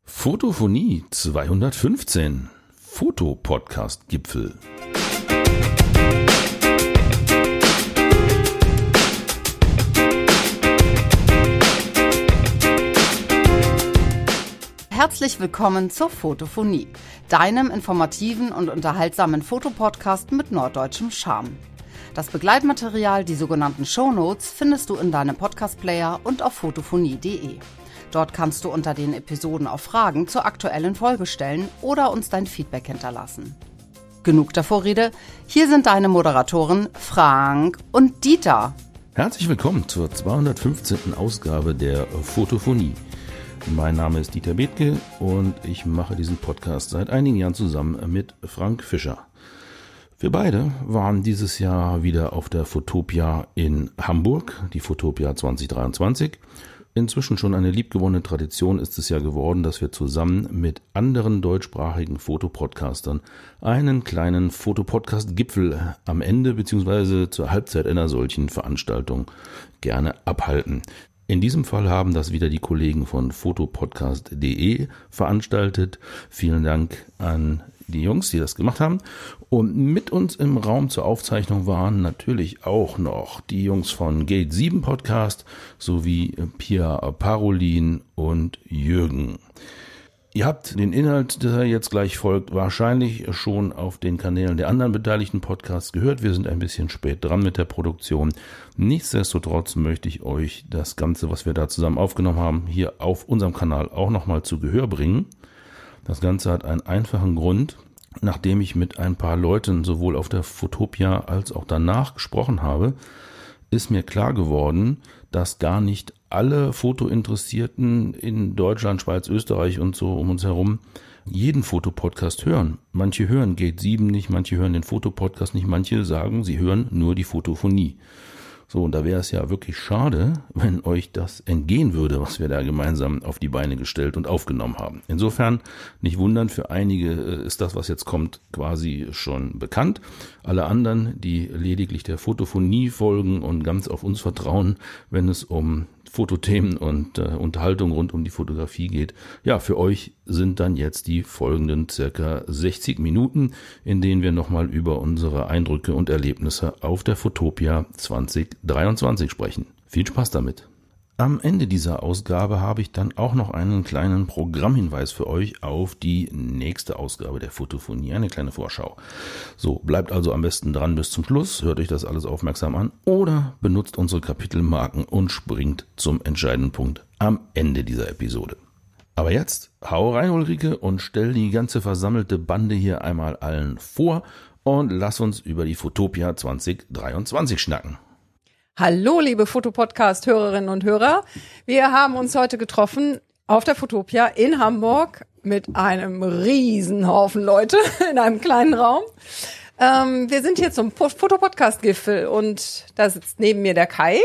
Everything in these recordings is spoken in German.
Fotophonie 215 Fotopodcast-Gipfel. Herzlich willkommen zur Fotophonie, deinem informativen und unterhaltsamen Fotopodcast mit norddeutschem Charme. Das Begleitmaterial, die sogenannten Shownotes, findest du in deinem Podcast-Player und auf fotophonie.de. Dort kannst du unter den Episoden auch Fragen zur aktuellen Folge stellen oder uns dein Feedback hinterlassen. Genug der Vorrede, hier sind deine Moderatoren Frank und Dieter. Herzlich willkommen zur 215. Ausgabe der Fotophonie. Mein Name ist Dieter Bethke und ich mache diesen Podcast seit einigen Jahren zusammen mit Frank Fischer. Wir beide waren dieses Jahr wieder auf der Fotopia in Hamburg, die Fotopia 2023. Inzwischen schon eine liebgewonnene Tradition ist es ja geworden, dass wir zusammen mit anderen deutschsprachigen Fotopodcastern einen kleinen Fotopodcast-Gipfel am Ende bzw. zur Halbzeit einer solchen Veranstaltung gerne abhalten. In diesem Fall haben das wieder die Kollegen von fotopodcast.de veranstaltet. Vielen Dank an die Jungs, die das gemacht haben. Und mit uns im Raum zur Aufzeichnung waren natürlich auch noch die Jungs von Gate 7 Podcast sowie Pia Parolin und Jürgen. Ihr habt den Inhalt, der jetzt gleich folgt, wahrscheinlich schon auf den Kanälen der anderen beteiligten Podcasts gehört. Wir sind ein bisschen spät dran mit der Produktion. Nichtsdestotrotz möchte ich euch das Ganze, was wir da zusammen aufgenommen haben, hier auf unserem Kanal auch nochmal zu Gehör bringen. Das Ganze hat einen einfachen Grund. Nachdem ich mit ein paar Leuten sowohl auf der Fotopia als auch danach gesprochen habe, ist mir klar geworden, dass gar nicht alle Fotointeressierten in Deutschland, Schweiz, Österreich und so um uns herum jeden Fotopodcast hören. Manche hören Gate 7 nicht, manche hören den Fotopodcast nicht, manche sagen, sie hören nur die Fotophonie. So, und da wäre es ja wirklich schade, wenn euch das entgehen würde, was wir da gemeinsam auf die Beine gestellt und aufgenommen haben. Insofern nicht wundern, für einige ist das, was jetzt kommt, quasi schon bekannt. Alle anderen, die lediglich der Fotophonie folgen und ganz auf uns vertrauen, wenn es um Fotothemen und Unterhaltung rund um die Fotografie geht. Ja, für euch sind dann jetzt die folgenden circa 60 Minuten, in denen wir nochmal über unsere Eindrücke und Erlebnisse auf der Fotopia 2023 sprechen. Viel Spaß damit! Am Ende dieser Ausgabe habe ich dann auch noch einen kleinen Programmhinweis für euch auf die nächste Ausgabe der Fotophonie, eine kleine Vorschau. So, bleibt also am besten dran bis zum Schluss, hört euch das alles aufmerksam an oder benutzt unsere Kapitelmarken und springt zum entscheidenden Punkt am Ende dieser Episode. Aber jetzt, hau rein Ulrike und stell die ganze versammelte Bande hier einmal allen vor und lass uns über die Fotopia 2023 schnacken. Hallo, liebe Fotopodcast-Hörerinnen und Hörer. Wir haben uns heute getroffen auf der Fotopia in Hamburg mit einem Riesenhaufen Leute in einem kleinen Raum. Wir sind hier zum Fotopodcast-Gipfel und da sitzt neben mir der Kai.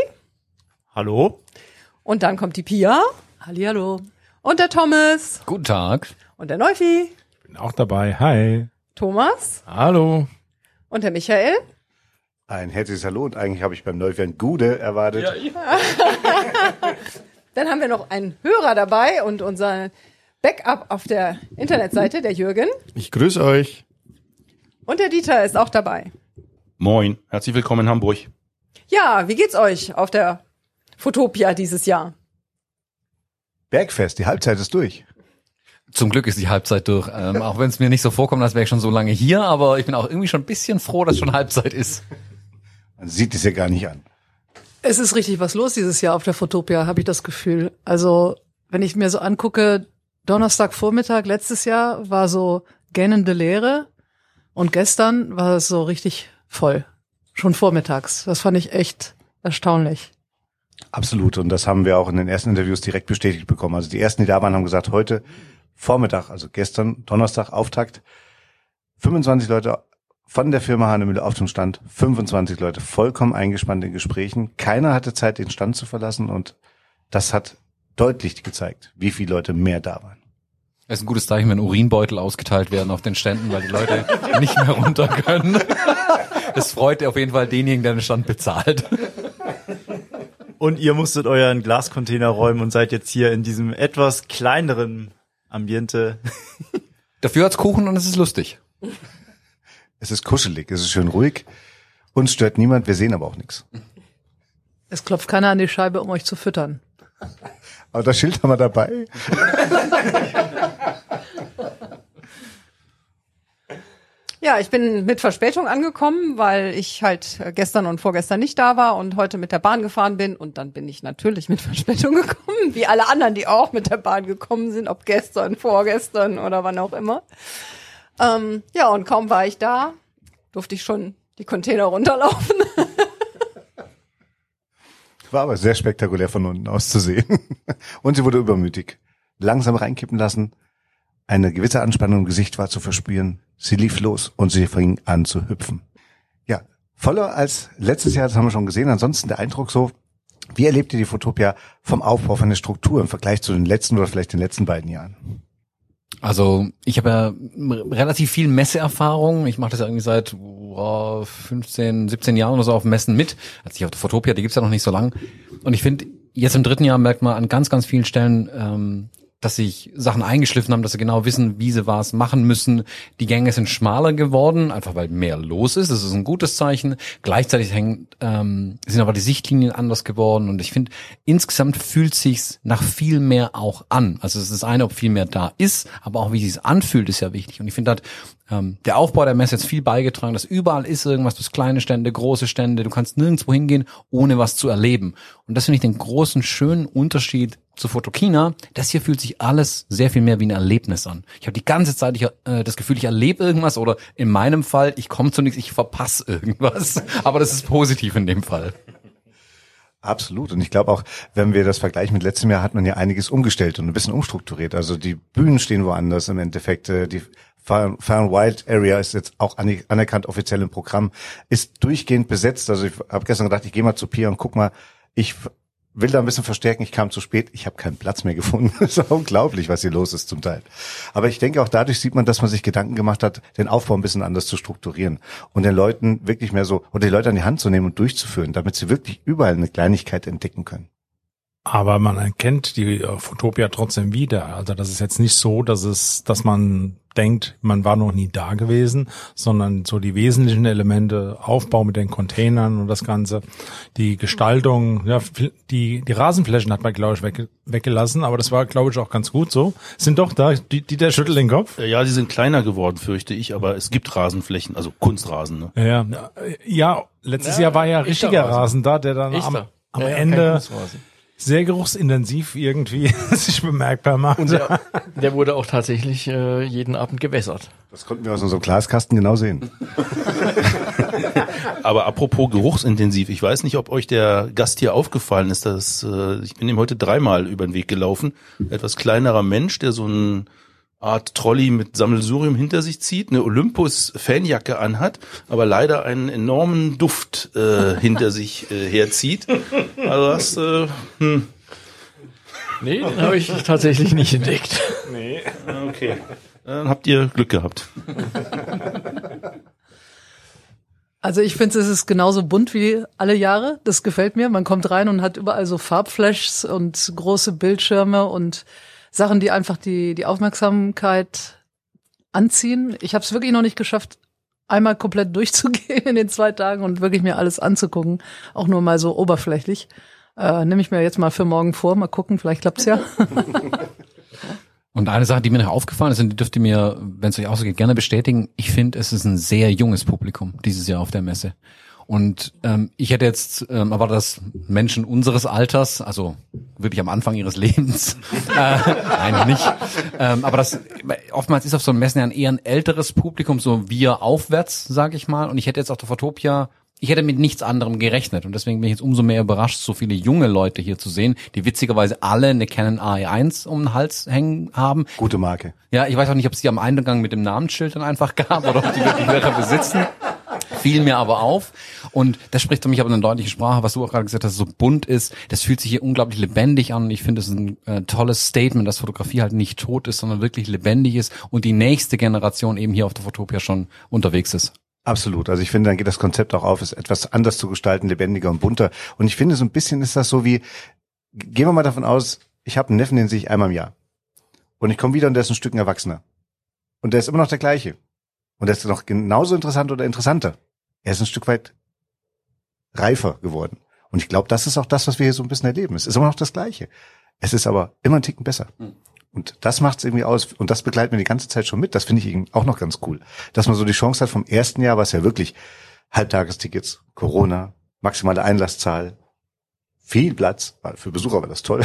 Hallo. Und dann kommt die Pia. Hallihallo. Und der Thomas. Guten Tag. Und der Neufi. Ich bin auch dabei. Hi. Thomas. Hallo. Und der Michael. Ein herzliches Hallo und eigentlich habe ich beim Neuwerden Gude erwartet. Ja. Dann haben wir noch einen Hörer dabei und unser Backup auf der Internetseite, der Jürgen. Ich grüße euch. Und der Dieter ist auch dabei. Moin, herzlich willkommen in Hamburg. Ja, wie geht's euch auf der Fotopia dieses Jahr? Bergfest, die Halbzeit ist durch. Zum Glück ist die Halbzeit durch, auch wenn es mir nicht so vorkommt, als wäre ich schon so lange hier, aber ich bin auch irgendwie schon ein bisschen froh, dass schon Halbzeit ist. Man sieht es ja gar nicht an. Es ist richtig was los dieses Jahr auf der Fotopia, habe ich das Gefühl. Also, wenn ich mir so angucke, Donnerstagvormittag letztes Jahr war so gähnende Leere und gestern war es so richtig voll. Schon vormittags. Das fand ich echt erstaunlich. Absolut. Und das haben wir auch in den ersten Interviews direkt bestätigt bekommen. Also die ersten, die da waren, haben gesagt, heute Vormittag, also gestern, Donnerstag, Auftakt, 25 Leute von der Firma Hahnemühle auf dem Stand, 25 Leute vollkommen eingespannt in Gesprächen. Keiner hatte Zeit, den Stand zu verlassen und das hat deutlich gezeigt, wie viele Leute mehr da waren. Es ist ein gutes Zeichen, wenn Urinbeutel ausgeteilt werden auf den Ständen, weil die Leute nicht mehr runter können. Es freut auf jeden Fall denjenigen, der den Stand bezahlt. Und ihr musstet euren Glascontainer räumen und seid jetzt hier in diesem etwas kleineren Ambiente. Dafür hat's Kuchen und es ist lustig. Es ist kuschelig, es ist schön ruhig. Uns stört niemand, wir sehen aber auch nichts. Es klopft keiner an die Scheibe, um euch zu füttern. Aber das Schild haben wir dabei. Ja, ich bin mit Verspätung angekommen, weil ich halt gestern und vorgestern nicht da war und heute mit der Bahn gefahren bin. Und dann bin ich natürlich mit Verspätung gekommen, wie alle anderen, die auch mit der Bahn gekommen sind, ob gestern, vorgestern oder wann auch immer. Ja, und kaum war ich da, durfte ich schon die Container runterlaufen. War aber sehr spektakulär von unten aus zu sehen. Und sie wurde übermütig. Langsam reinkippen lassen. Eine gewisse Anspannung im Gesicht war zu verspüren. Sie lief los und sie fing an zu hüpfen. Ja, voller als letztes Jahr, das haben wir schon gesehen. Ansonsten der Eindruck so, wie erlebt ihr die Fotopia vom Aufbau von der Struktur im Vergleich zu den letzten oder vielleicht den letzten beiden Jahren? Also ich habe ja relativ viel Messeerfahrung. Ich mache das ja irgendwie seit 15, 17 Jahren oder so auf Messen mit. Also ich auf der Fotopia, die gibt's ja noch nicht so lang. Und ich finde, jetzt im 3. Jahr merkt man an ganz, ganz vielen Stellen, dass sich Sachen eingeschliffen haben, dass sie genau wissen, wie sie was machen müssen. Die Gänge sind schmaler geworden, einfach weil mehr los ist. Das ist ein gutes Zeichen. Gleichzeitig sind aber die Sichtlinien anders geworden. Und ich finde, insgesamt fühlt sich's nach viel mehr auch an. Also es ist das eine, ob viel mehr da ist, aber auch wie sich's anfühlt, ist ja wichtig. Und ich finde, der Aufbau der Messe jetzt viel beigetragen, dass überall ist irgendwas, du hast kleine Stände, große Stände, du kannst nirgendwo hingehen, ohne was zu erleben. Und das finde ich den großen, schönen Unterschied zu Photokina. Das hier fühlt sich alles sehr viel mehr wie ein Erlebnis an. Ich habe die ganze Zeit das Gefühl, ich erlebe irgendwas oder in meinem Fall, ich komme zu nichts, ich verpasse irgendwas. Aber das ist positiv in dem Fall. Absolut. Und ich glaube auch, wenn wir das vergleichen mit letztem Jahr, hat man ja einiges umgestellt und ein bisschen umstrukturiert. Also die Bühnen stehen woanders im Endeffekt. Die Far and Wild Area ist jetzt auch anerkannt offiziell im Programm, ist durchgehend besetzt. Also ich habe gestern gedacht, ich gehe mal zu Pia und guck mal, ich will da ein bisschen verstärken, ich kam zu spät, ich habe keinen Platz mehr gefunden. Das ist unglaublich, was hier los ist zum Teil. Aber ich denke, auch dadurch sieht man, dass man sich Gedanken gemacht hat, den Aufbau ein bisschen anders zu strukturieren und den Leuten wirklich mehr so, oder die Leute an die Hand zu nehmen und durchzuführen, damit sie wirklich überall eine Kleinigkeit entdecken können. Aber man erkennt die Fotopia trotzdem wieder. Also das ist jetzt nicht so, dass man denkt, man war noch nie da gewesen, sondern so die wesentlichen Elemente, Aufbau mit den Containern und das Ganze, die Gestaltung, ja, die Rasenflächen hat man, glaube ich, weggelassen, aber das war, glaube ich, auch ganz gut so. Sind doch da, der schüttelt den Kopf. Ja, die sind kleiner geworden, fürchte ich, aber es gibt Rasenflächen, also Kunstrasen. Ne? Ja, letztes Jahr war ja richtiger Rasen da, der dann am Ende sehr geruchsintensiv irgendwie sich bemerkbar macht. Und der wurde auch tatsächlich jeden Abend gewässert. Das konnten wir aus unserem Glaskasten genau sehen. Aber apropos geruchsintensiv, ich weiß nicht, ob euch der Gast hier aufgefallen ist, dass ich bin ihm heute 3-mal über den Weg gelaufen. Etwas kleinerer Mensch, der so eine Art Trolley mit Sammelsurium hinter sich zieht, eine Olympus-Fanjacke anhat, aber leider einen enormen Duft hinter sich herzieht. Also das, Nee, den habe ich tatsächlich nicht entdeckt. Nee. Okay. Dann habt ihr Glück gehabt. Also ich finde, es ist genauso bunt wie alle Jahre. Das gefällt mir. Man kommt rein und hat überall so Farbflashs und große Bildschirme und Sachen, die einfach die Aufmerksamkeit anziehen. Ich habe es wirklich noch nicht geschafft, einmal komplett durchzugehen in den 2 Tagen und wirklich mir alles anzugucken. Auch nur mal so oberflächlich. Nehme ich mir jetzt mal für morgen vor. Mal gucken, vielleicht klappt's ja. Und eine Sache, die mir noch aufgefallen ist, und die dürft ihr mir, wenn es euch auch so geht, gerne bestätigen. Ich finde, es ist ein sehr junges Publikum dieses Jahr auf der Messe. Und ich hätte jetzt erwartet, dass Menschen unseres Alters, also wirklich am Anfang ihres Lebens, nein, noch nicht, aber das oftmals ist auf so einem Messen ja eher ein älteres Publikum, so wir aufwärts, sage ich mal. Und ich hätte jetzt auf der Fotopia, ich hätte mit nichts anderem gerechnet. Und deswegen bin ich jetzt umso mehr überrascht, so viele junge Leute hier zu sehen, die witzigerweise alle eine Canon AE1 um den Hals hängen haben. Gute Marke. Ja, ich weiß auch nicht, ob es die am Eingang mit dem Namensschild dann einfach gab oder ob die wirklich welche besitzen. Fiel mir aber auf. Und das spricht für mich aber eine deutliche Sprache, was du auch gerade gesagt hast, so bunt ist. Das fühlt sich hier unglaublich lebendig an. Und ich finde, es ist ein tolles Statement, dass Fotografie halt nicht tot ist, sondern wirklich lebendig ist und die nächste Generation eben hier auf der Fotopia schon unterwegs ist. Absolut. Also ich finde, dann geht das Konzept auch auf, es etwas anders zu gestalten, lebendiger und bunter. Und ich finde, so ein bisschen ist das so wie, gehen wir mal davon aus, ich habe einen Neffen, den sehe ich einmal im Jahr. Und ich komme wieder und der ist ein Stück Erwachsener. Und der ist immer noch der gleiche. Und der ist noch genauso interessant oder interessanter. Er ist ein Stück weit reifer geworden. Und ich glaube, das ist auch das, was wir hier so ein bisschen erleben. Es ist immer noch das Gleiche. Es ist aber immer einen Ticken besser. Und das macht es irgendwie aus. Und das begleitet mir die ganze Zeit schon mit. Das finde ich eben auch noch ganz cool. Dass man so die Chance hat vom ersten Jahr, was ja wirklich Halbtagestickets, Corona, maximale Einlasszahl, viel Platz. Für Besucher war das toll.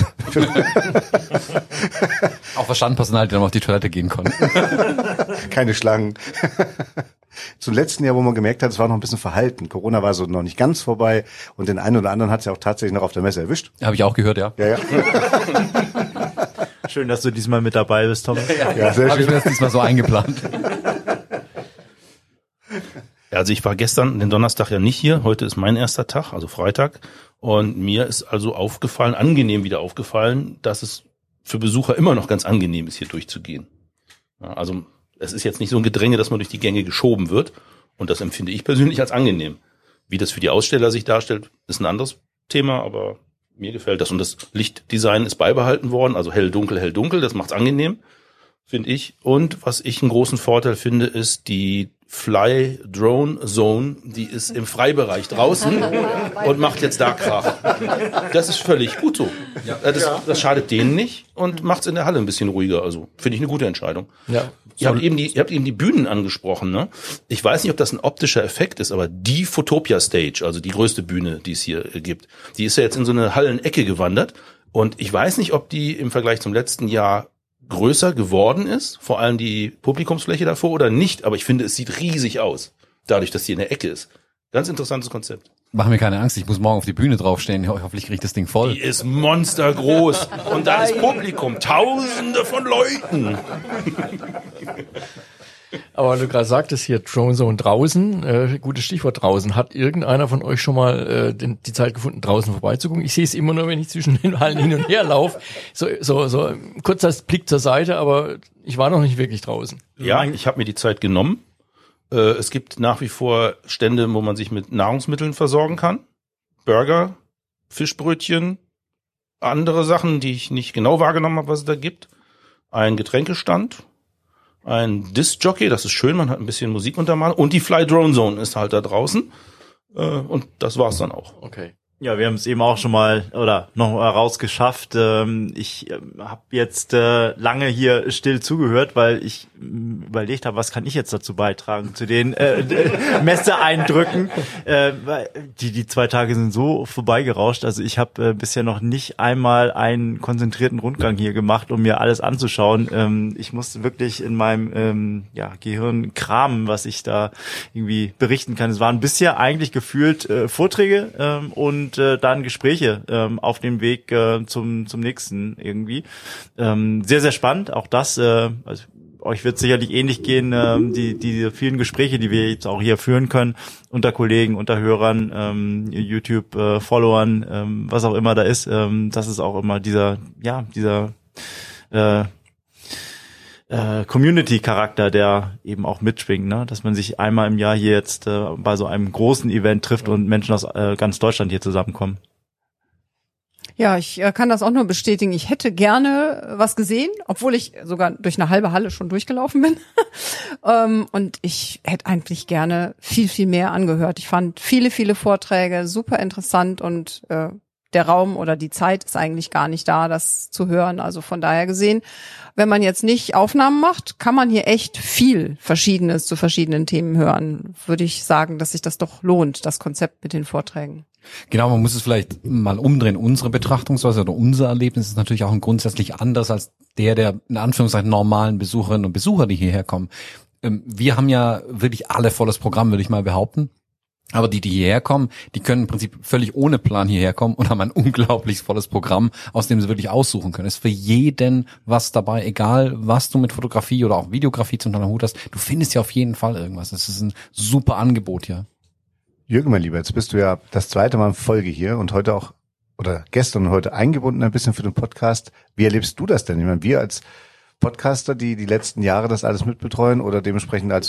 Auch für Standpersonal, die dann auf die Toilette gehen konnten. Keine Schlangen. Zum letzten Jahr, wo man gemerkt hat, es war noch ein bisschen verhalten. Corona war so noch nicht ganz vorbei und den einen oder anderen hat es ja auch tatsächlich noch auf der Messe erwischt. Habe ich auch gehört, ja. Ja. Schön, dass du diesmal mit dabei bist, Tom. Ja, sehr Habe ich schön. mir das diesmal so eingeplant. Ja, also ich war gestern, den Donnerstag ja nicht hier. Heute ist mein erster Tag, also Freitag. Und mir ist also angenehm wieder aufgefallen, dass es für Besucher immer noch ganz angenehm ist, hier durchzugehen. Ja, also es ist jetzt nicht so ein Gedränge, dass man durch die Gänge geschoben wird. Und das empfinde ich persönlich als angenehm. Wie das für die Aussteller sich darstellt, ist ein anderes Thema, aber mir gefällt das. Und das Lichtdesign ist beibehalten worden, also hell, dunkel. Das macht's angenehm, finde ich. Und was ich einen großen Vorteil finde, ist die Fly Drone Zone, die ist im Freibereich draußen und macht jetzt da Krach. Das ist völlig gut so. Das schadet denen nicht und macht's in der Halle ein bisschen ruhiger. Also finde ich eine gute Entscheidung. Ja. Ihr habt eben die Bühnen angesprochen, ne? Ich weiß nicht, ob das ein optischer Effekt ist, aber die Photopia Stage, also die größte Bühne, die es hier gibt, die ist ja jetzt in so eine Hallenecke gewandert und ich weiß nicht, ob die im Vergleich zum letzten Jahr größer geworden ist, vor allem die Publikumsfläche davor oder nicht, aber ich finde, es sieht riesig aus, dadurch, dass die in der Ecke ist. Ganz interessantes Konzept. Mach mir keine Angst, ich muss morgen auf die Bühne draufstehen. Hoffentlich kriege ich das Ding voll. Die ist monstergroß und da ist Publikum, Tausende von Leuten. Aber weil du gerade sagtest hier Drone Zone draußen, gutes Stichwort draußen. Hat irgendeiner von euch schon mal die Zeit gefunden, draußen vorbeizugucken? Ich sehe es immer nur, wenn ich zwischen den Hallen hin und her laufe. So ein kurzer Blick zur Seite, aber ich war noch nicht wirklich draußen. Ja, ich habe mir die Zeit genommen. Es gibt nach wie vor Stände, wo man sich mit Nahrungsmitteln versorgen kann. Burger, Fischbrötchen, andere Sachen, die ich nicht genau wahrgenommen habe, was es da gibt. Ein Getränkestand, ein Disc-Jockey, das ist schön, man hat ein bisschen Musikuntermalung. Und die Fly Drone Zone ist halt da draußen. Und das war's dann auch. Okay. Ja, wir haben es eben auch schon mal oder noch rausgeschafft. Ich habe jetzt lange hier still zugehört, weil ich überlegt habe, was kann ich jetzt dazu beitragen zu den Messeeindrücken. Die 2 Tage sind so vorbeigerauscht. Also ich habe bisher noch nicht einmal einen konzentrierten Rundgang hier gemacht, um mir alles anzuschauen. Ich musste wirklich in meinem Gehirn kramen, was ich da irgendwie berichten kann. Es waren bisher eigentlich gefühlt Vorträge und dann Gespräche auf dem Weg zum nächsten irgendwie. Sehr, sehr spannend. Auch das, also euch wird sicherlich ähnlich gehen, die vielen Gespräche, die wir jetzt auch hier führen können, unter Kollegen, unter Hörern, YouTube-Followern, was auch immer da ist. Das ist auch immer dieser Community-Charakter, der eben auch mitschwingt, ne? Dass man sich einmal im Jahr hier jetzt bei so einem großen Event trifft und Menschen aus ganz Deutschland hier zusammenkommen. Ja, ich kann das auch nur bestätigen. Ich hätte gerne was gesehen, obwohl ich sogar durch eine halbe Halle schon durchgelaufen bin. Und ich hätte eigentlich gerne viel, viel mehr angehört. Ich fand viele, viele Vorträge super interessant und der Raum oder die Zeit ist eigentlich gar nicht da, das zu hören. Also von daher gesehen, wenn man jetzt nicht Aufnahmen macht, kann man hier echt viel Verschiedenes zu verschiedenen Themen hören. Würde ich sagen, dass sich das doch lohnt, das Konzept mit den Vorträgen. Genau, man muss es vielleicht mal umdrehen. Unsere Betrachtungsweise oder unser Erlebnis ist natürlich auch ein grundsätzlich anders als der in Anführungszeichen normalen Besucherinnen und Besucher, die hierher kommen. Wir haben ja wirklich alle volles Programm, würde ich mal behaupten. Aber die hierher kommen, die können im Prinzip völlig ohne Plan hierher kommen und haben ein unglaublich volles Programm, aus dem sie wirklich aussuchen können. Es ist für jeden was dabei, egal was du mit Fotografie oder auch Videografie zum Hut hast. Du findest ja auf jeden Fall irgendwas. Es ist ein super Angebot hier. Jürgen, mein Lieber, jetzt bist du ja das 2. Mal in Folge hier und heute auch, oder gestern und heute eingebunden ein bisschen für den Podcast. Wie erlebst du das denn? Ich meine, wir als Podcaster, die letzten Jahre das alles mitbetreuen oder dementsprechend als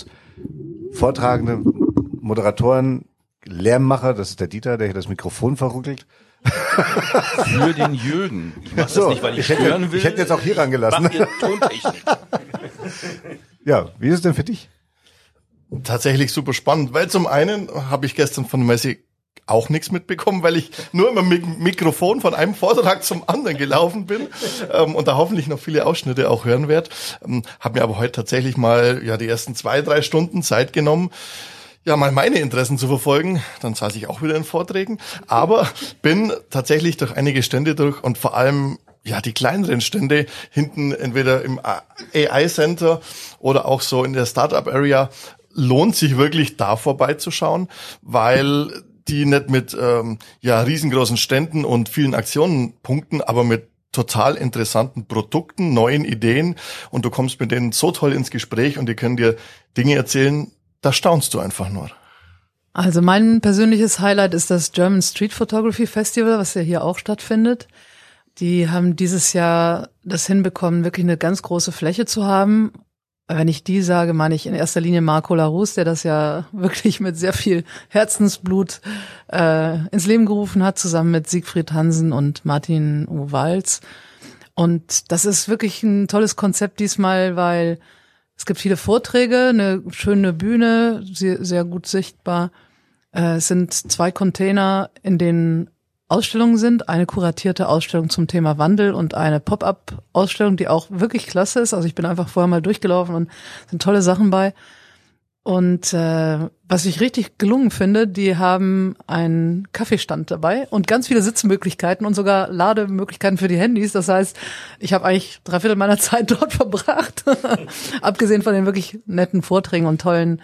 Vortragende, Moderatoren, Lärmmacher, das ist der Dieter, der hier das Mikrofon verrückelt. Für den Jürgen. Ich mach das nicht, weil ich hören will. Ich hätte jetzt auch hier rangelassen. Mach ihr Tontechnik. Ja, wie ist es denn für dich? Tatsächlich super spannend, weil zum einen habe ich gestern von der Messe auch nichts mitbekommen, weil ich nur immer mit Mikrofon von einem Vortrag zum anderen gelaufen bin und da hoffentlich noch viele Ausschnitte auch hören werde. Habe mir aber heute tatsächlich mal die ersten 2-3 Stunden Zeit genommen, mal meine Interessen zu verfolgen. Dann saß ich auch wieder in Vorträgen, aber bin tatsächlich durch einige Stände durch und vor allem die kleineren Stände hinten entweder im AI Center oder auch so in der Startup Area lohnt sich wirklich da vorbeizuschauen, weil die nicht mit riesengroßen Ständen und vielen Aktionen punkten, aber mit total interessanten Produkten, neuen Ideen und du kommst mit denen so toll ins Gespräch und die können dir Dinge erzählen, da staunst du einfach nur. Also mein persönliches Highlight ist das German Street Photography Festival, was ja hier auch stattfindet. Die haben dieses Jahr das hinbekommen, wirklich eine ganz große Fläche zu haben. Wenn ich die sage, meine ich in erster Linie Marco Larousse, der das ja wirklich mit sehr viel Herzensblut ins Leben gerufen hat, zusammen mit Siegfried Hansen und Martin O. Walz. Und das ist wirklich ein tolles Konzept diesmal, weil es gibt viele Vorträge, eine schöne Bühne, sehr, sehr gut sichtbar. Es sind 2 Container, in denen Ausstellungen sind, eine kuratierte Ausstellung zum Thema Wandel und eine Pop-up-Ausstellung, die auch wirklich klasse ist. Also ich bin einfach vorher mal durchgelaufen und sind tolle Sachen bei. Und was ich richtig gelungen finde, die haben einen Kaffeestand dabei und ganz viele Sitzmöglichkeiten und sogar Lademöglichkeiten für die Handys. Das heißt, ich habe eigentlich 3/4 meiner Zeit dort verbracht, abgesehen von den wirklich netten Vorträgen und tollen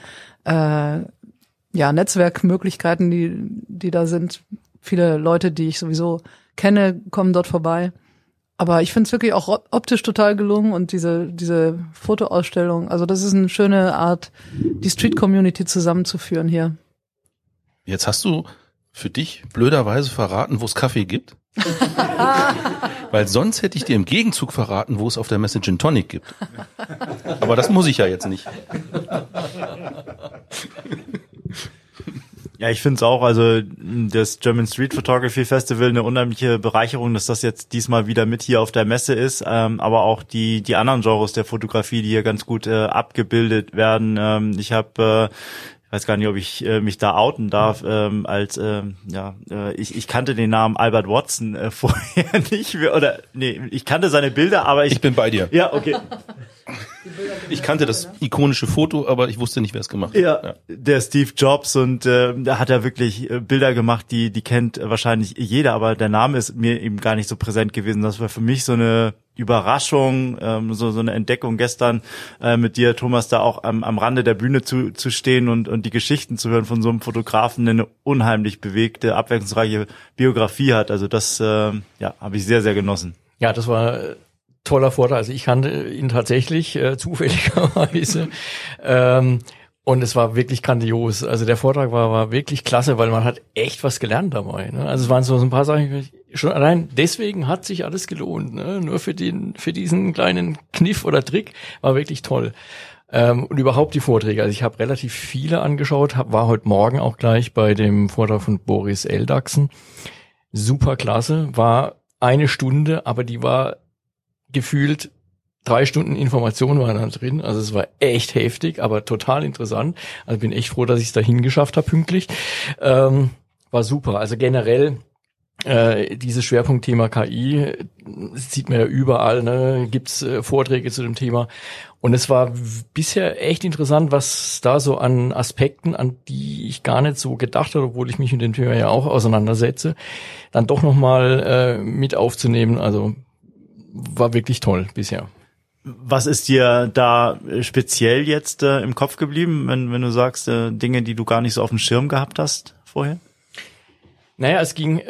Netzwerkmöglichkeiten, die da sind. Viele Leute, die ich sowieso kenne, kommen dort vorbei. Aber ich finde es wirklich auch optisch total gelungen und diese Fotoausstellung, also das ist eine schöne Art, die Street-Community zusammenzuführen hier. Jetzt hast du für dich blöderweise verraten, wo es Kaffee gibt. Weil sonst hätte ich dir im Gegenzug verraten, wo es auf der Messe Gin Tonic gibt. Aber das muss ich ja jetzt nicht. Ja, ich finde es auch, also das German Street Photography Festival eine unheimliche Bereicherung, dass das jetzt diesmal wieder mit hier auf der Messe ist, aber auch die anderen Genres der Fotografie, die hier ganz gut abgebildet werden. Ich weiß gar nicht, ob ich mich da outen darf, ich kannte den Namen Albert Watson vorher nicht, ich kannte seine Bilder, aber ich bin bei dir. Ja, okay. Ich kannte das ikonische Foto, aber ich wusste nicht, wer es gemacht hat. Ja, der Steve Jobs und da hat er wirklich Bilder gemacht, die kennt wahrscheinlich jeder, aber der Name ist mir eben gar nicht so präsent gewesen. Das war für mich so eine Überraschung, so eine Entdeckung gestern mit dir, Thomas, da auch am Rande der Bühne zu stehen und die Geschichten zu hören von so einem Fotografen, der eine unheimlich bewegte, abwechslungsreiche Biografie hat. Also das habe ich sehr, sehr genossen. Ja, das war toller Vortrag. Also ich kannte ihn tatsächlich zufälligerweise. Und es war wirklich grandios. Also der Vortrag war wirklich klasse, weil man hat echt was gelernt dabei. Ne? Also es waren so ein paar Sachen, schon allein deswegen hat sich alles gelohnt. Ne? Nur für diesen kleinen Kniff oder Trick war wirklich toll. Und überhaupt die Vorträge. Also ich habe relativ viele angeschaut, war heute Morgen auch gleich bei dem Vortrag von Boris Eldachsen. Super klasse, war 1 Stunde, aber die war gefühlt 3 Stunden Information waren da drin, also es war echt heftig, aber total interessant. Also bin echt froh, dass ich es dahin geschafft habe pünktlich. War super. Also generell dieses Schwerpunktthema KI sieht man ja überall, ne? Gibt's Vorträge zu dem Thema. Und es war bisher echt interessant, was da so an Aspekten, an die ich gar nicht so gedacht habe, obwohl ich mich mit dem Thema ja auch auseinandersetze, dann doch nochmal mit aufzunehmen. Also war wirklich toll bisher. Was ist dir da speziell jetzt im Kopf geblieben, wenn du sagst, Dinge, die du gar nicht so auf dem Schirm gehabt hast vorher? Naja, es ging,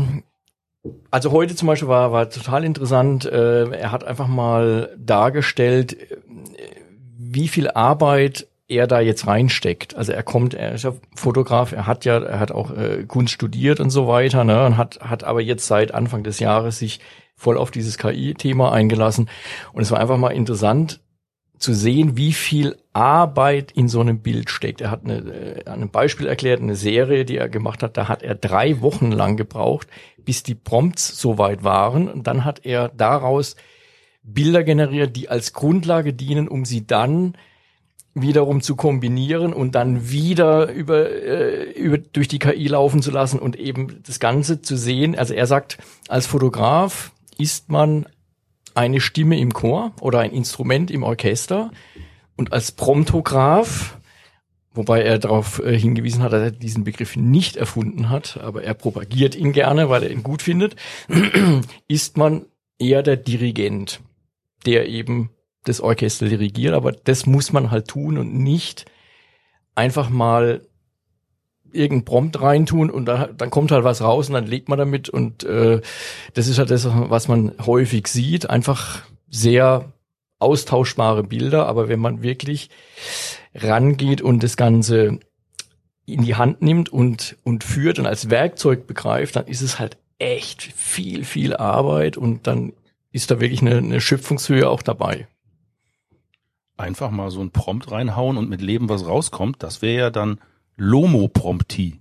also heute zum Beispiel war total interessant, er hat einfach mal dargestellt, wie viel Arbeit er da jetzt reinsteckt. Also er ist ja Fotograf, er hat auch Kunst studiert und so weiter, ne, und hat aber jetzt seit Anfang des Jahres sich voll auf dieses KI-Thema eingelassen. Und es war einfach mal interessant, zu sehen, wie viel Arbeit in so einem Bild steckt. Er hat an einem Beispiel erklärt, eine Serie, die er gemacht hat, da hat er 3 Wochen lang gebraucht, bis die Prompts soweit waren. Und dann hat er daraus Bilder generiert, die als Grundlage dienen, um sie dann wiederum zu kombinieren und dann wieder durch die KI laufen zu lassen und eben das Ganze zu sehen. Also er sagt, als Fotograf ist man eine Stimme im Chor oder ein Instrument im Orchester und als Promptograf, wobei er darauf hingewiesen hat, dass er diesen Begriff nicht erfunden hat, aber er propagiert ihn gerne, weil er ihn gut findet, ist man eher der Dirigent, der eben das Orchester dirigiert, aber das muss man halt tun und nicht einfach mal irgendein Prompt reintun und dann kommt halt was raus und dann legt man damit und das ist halt das, was man häufig sieht, einfach sehr austauschbare Bilder, aber wenn man wirklich rangeht und das Ganze in die Hand nimmt und führt und als Werkzeug begreift, dann ist es halt echt viel Arbeit und dann ist da wirklich eine Schöpfungshöhe auch dabei. Einfach mal so ein Prompt reinhauen und mit Leben was rauskommt, das wäre ja dann Lomo-Prompti.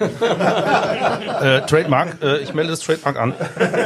Trademark, ich melde das Trademark an.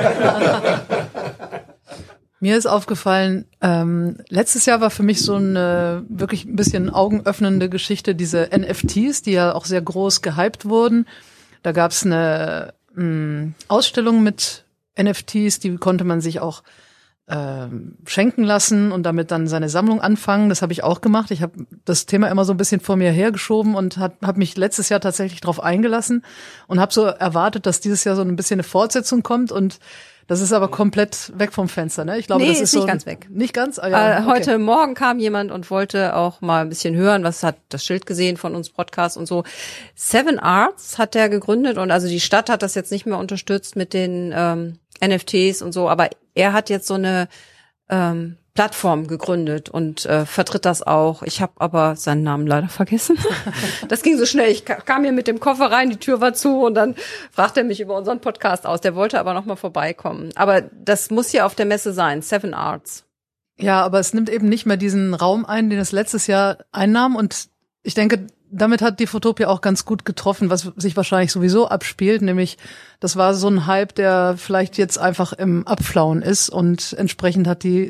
Mir ist aufgefallen, letztes Jahr war für mich so eine wirklich ein bisschen augenöffnende Geschichte, diese NFTs, die ja auch sehr groß gehypt wurden. Da gab es eine Ausstellung mit NFTs, die konnte man sich auch schenken lassen und damit dann seine Sammlung anfangen. Das habe ich auch gemacht. Ich habe das Thema immer so ein bisschen vor mir hergeschoben und habe mich letztes Jahr tatsächlich drauf eingelassen und habe so erwartet, dass dieses Jahr so ein bisschen eine Fortsetzung kommt und das ist aber komplett weg vom Fenster, ne? Ich glaube, nee, das ist so nicht ganz weg. Nicht ganz? Ah, ja, okay. Heute Morgen kam jemand und wollte auch mal ein bisschen hören, was hat das Schild gesehen von uns Podcast und so. 7 Arts hat der gegründet und also die Stadt hat das jetzt nicht mehr unterstützt mit den NFTs und so, aber er hat jetzt so eine Plattform gegründet und vertritt das auch. Ich habe aber seinen Namen leider vergessen. Das ging so schnell. Ich kam hier mit dem Koffer rein, die Tür war zu und dann fragte er mich über unseren Podcast aus. Der wollte aber noch mal vorbeikommen. Aber das muss hier auf der Messe sein, 7 Arts. Ja, aber es nimmt eben nicht mehr diesen Raum ein, den es letztes Jahr einnahm und ich denke, damit hat die Fotopia auch ganz gut getroffen, was sich wahrscheinlich sowieso abspielt, nämlich das war so ein Hype, der vielleicht jetzt einfach im Abflauen ist und entsprechend hat die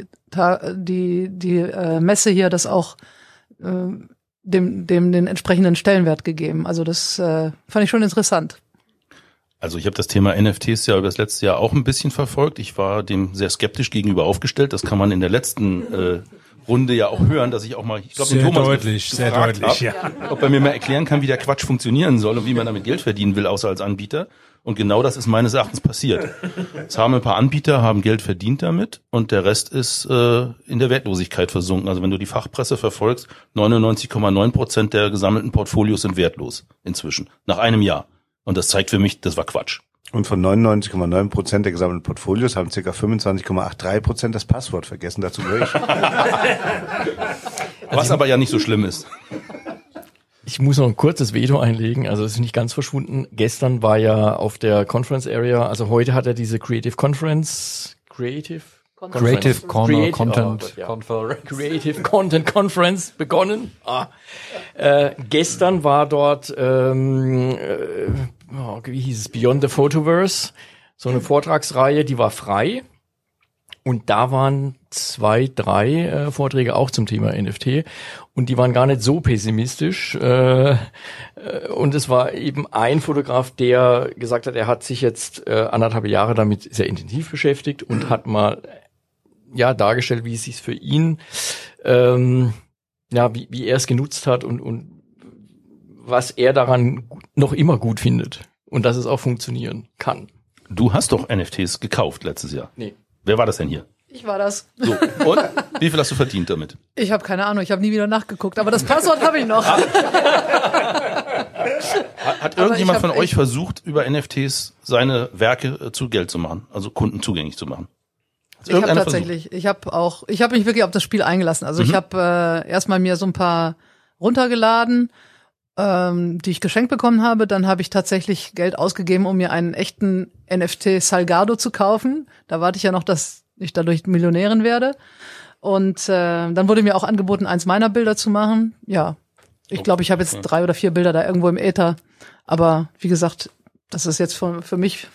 Messe hier das auch dem den entsprechenden Stellenwert gegeben. Also das fand ich schon interessant. Also ich habe das Thema NFTs ja über das letzte Jahr auch ein bisschen verfolgt. Ich war dem sehr skeptisch gegenüber aufgestellt. Das kann man in der letzten Runde ja auch hören, dass ich auch mal, ich glaube, den Thomas sehr deutlich, ja. Ob er mir mal erklären kann, wie der Quatsch funktionieren soll und wie man damit Geld verdienen will, außer als Anbieter. Und genau das ist meines Erachtens passiert. Es haben ein paar Anbieter, haben Geld verdient damit und der Rest ist in der Wertlosigkeit versunken. Also wenn du die Fachpresse verfolgst, 99,9% der gesammelten Portfolios sind wertlos inzwischen, nach einem Jahr. Und das zeigt für mich, das war Quatsch. Und von 99,9% der gesammelten Portfolios haben ca. 25,83% das Passwort vergessen. Dazu gehöre ich. Was aber ja nicht so schlimm ist. Ich muss noch ein kurzes Veto einlegen, also es ist nicht ganz verschwunden. Gestern war ja auf der Conference Area, also heute hat er diese Creative Content Conference begonnen. Gestern war dort, wie hieß es, Beyond the Photoverse, so eine Vortragsreihe, die war frei. Und da waren 2, 3 Vorträge auch zum Thema NFT und die waren gar nicht so pessimistisch. Und es war eben ein Fotograf, der gesagt hat, er hat sich jetzt 1,5 Jahre damit sehr intensiv beschäftigt und hat mal dargestellt, wie es sich für ihn, wie er es genutzt hat und was er daran noch immer gut findet und dass es auch funktionieren kann. Du hast doch NFTs gekauft letztes Jahr. Nee. Wer war das denn hier? Ich war das. So, und wie viel hast du verdient damit? Ich habe keine Ahnung, ich habe nie wieder nachgeguckt, aber das Passwort habe ich noch. Hat irgendjemand von euch versucht, über NFTs seine Werke zu Geld zu machen, also Kunden zugänglich zu machen? Ich habe mich wirklich auf das Spiel eingelassen. Also ich habe erstmal mir so ein paar runtergeladen, die ich geschenkt bekommen habe. Dann habe ich tatsächlich Geld ausgegeben, um mir einen echten NFT Salgado zu kaufen. Da warte ich ja noch, dass ich dadurch Millionärin werde. Und dann wurde mir auch angeboten, eins meiner Bilder zu machen. Ja, ich glaube, ich habe jetzt 3 oder 4 Bilder da irgendwo im Äther. Aber wie gesagt, das ist jetzt für mich...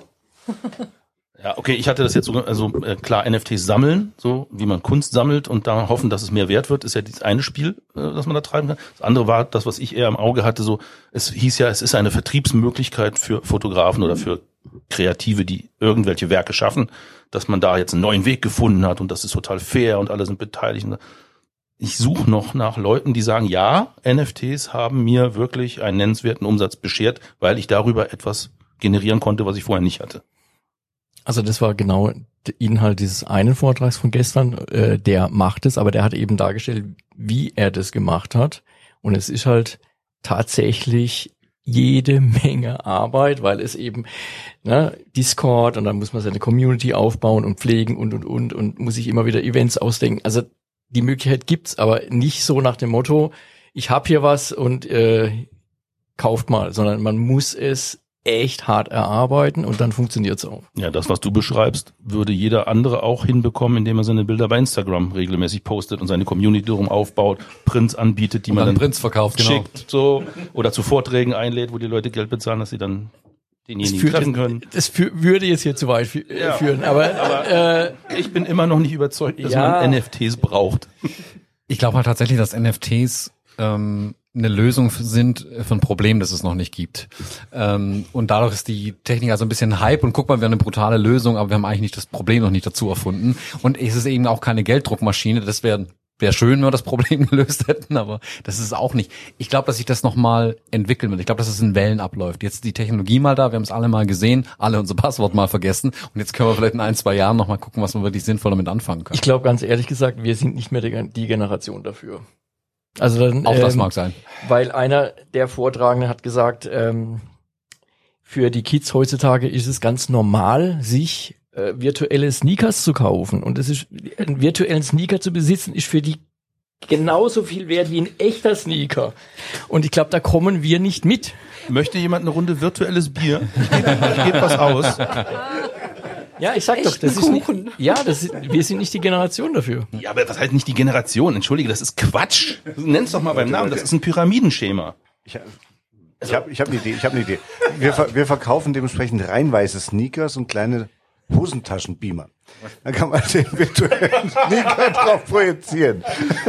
Ja, okay, ich hatte das jetzt sogar, also klar, NFTs sammeln, so wie man Kunst sammelt und da hoffen, dass es mehr wert wird, ist ja das eine Spiel, das man da treiben kann. Das andere war das, was ich eher im Auge hatte, so, es hieß ja, es ist eine Vertriebsmöglichkeit für Fotografen oder für Kreative, die irgendwelche Werke schaffen, dass man da jetzt einen neuen Weg gefunden hat und das ist total fair und alle sind beteiligt. Ich suche noch nach Leuten, die sagen, ja, NFTs haben mir wirklich einen nennenswerten Umsatz beschert, weil ich darüber etwas generieren konnte, was ich vorher nicht hatte. Also das war genau der Inhalt dieses einen Vortrags von gestern, der macht es, aber der hat eben dargestellt, wie er das gemacht hat. Und es ist halt tatsächlich jede Menge Arbeit, weil es eben Discord und dann muss man seine Community aufbauen und pflegen und muss sich immer wieder Events ausdenken. Also die Möglichkeit gibt's, aber nicht so nach dem Motto, ich habe hier was und kauft mal, sondern man muss es echt hart erarbeiten und dann funktioniert's auch. Ja, das, was du beschreibst, würde jeder andere auch hinbekommen, indem er seine Bilder bei Instagram regelmäßig postet und seine Community darum aufbaut, Prints anbietet, die man dann Prints verkauft, schickt, so, oder zu Vorträgen einlädt, wo die Leute Geld bezahlen, dass sie dann denjenigen treffen können. Das würde jetzt hier zu weit führen, aber ich bin immer noch nicht überzeugt, dass man NFTs braucht. Ich glaube halt tatsächlich, dass NFTs eine Lösung sind für ein Problem, das es noch nicht gibt. Und dadurch ist die Technik also ein bisschen Hype und guck mal, wir haben eine brutale Lösung, aber wir haben eigentlich nicht das Problem noch nicht dazu erfunden. Und es ist eben auch keine Gelddruckmaschine, das wäre schön, wenn wir das Problem gelöst hätten, aber das ist es auch nicht. Ich glaube, dass sich das nochmal entwickeln wird. Ich glaube, dass es in Wellen abläuft. Jetzt ist die Technologie mal da, wir haben es alle mal gesehen, alle unser Passwort mal vergessen und jetzt können wir vielleicht in 1-2 Jahren nochmal gucken, was wir wirklich sinnvoll damit anfangen können. Ich glaube ganz ehrlich gesagt, wir sind nicht mehr die Generation dafür. Also dann, auch das mag sein. Weil einer der Vortragenden hat gesagt, für die Kids heutzutage ist es ganz normal, sich virtuelle Sneakers zu kaufen. Und es ist, einen virtuellen Sneaker zu besitzen, ist für die genauso viel wert wie ein echter Sneaker. Und ich glaube, da kommen wir nicht mit. Möchte jemand eine Runde virtuelles Bier? Ich gebe was aus. Ja, ich sag doch, das ist nicht, wir sind nicht die Generation dafür. Ja, aber was heißt nicht die Generation? Entschuldige, das ist Quatsch. Nenn's doch mal beim Namen, das ist ein Pyramidenschema. Ich hab eine Idee. Wir verkaufen dementsprechend rein weiße Sneakers und kleine Hosentaschenbeamer. Dann kann man den virtuellen Sneaker drauf projizieren.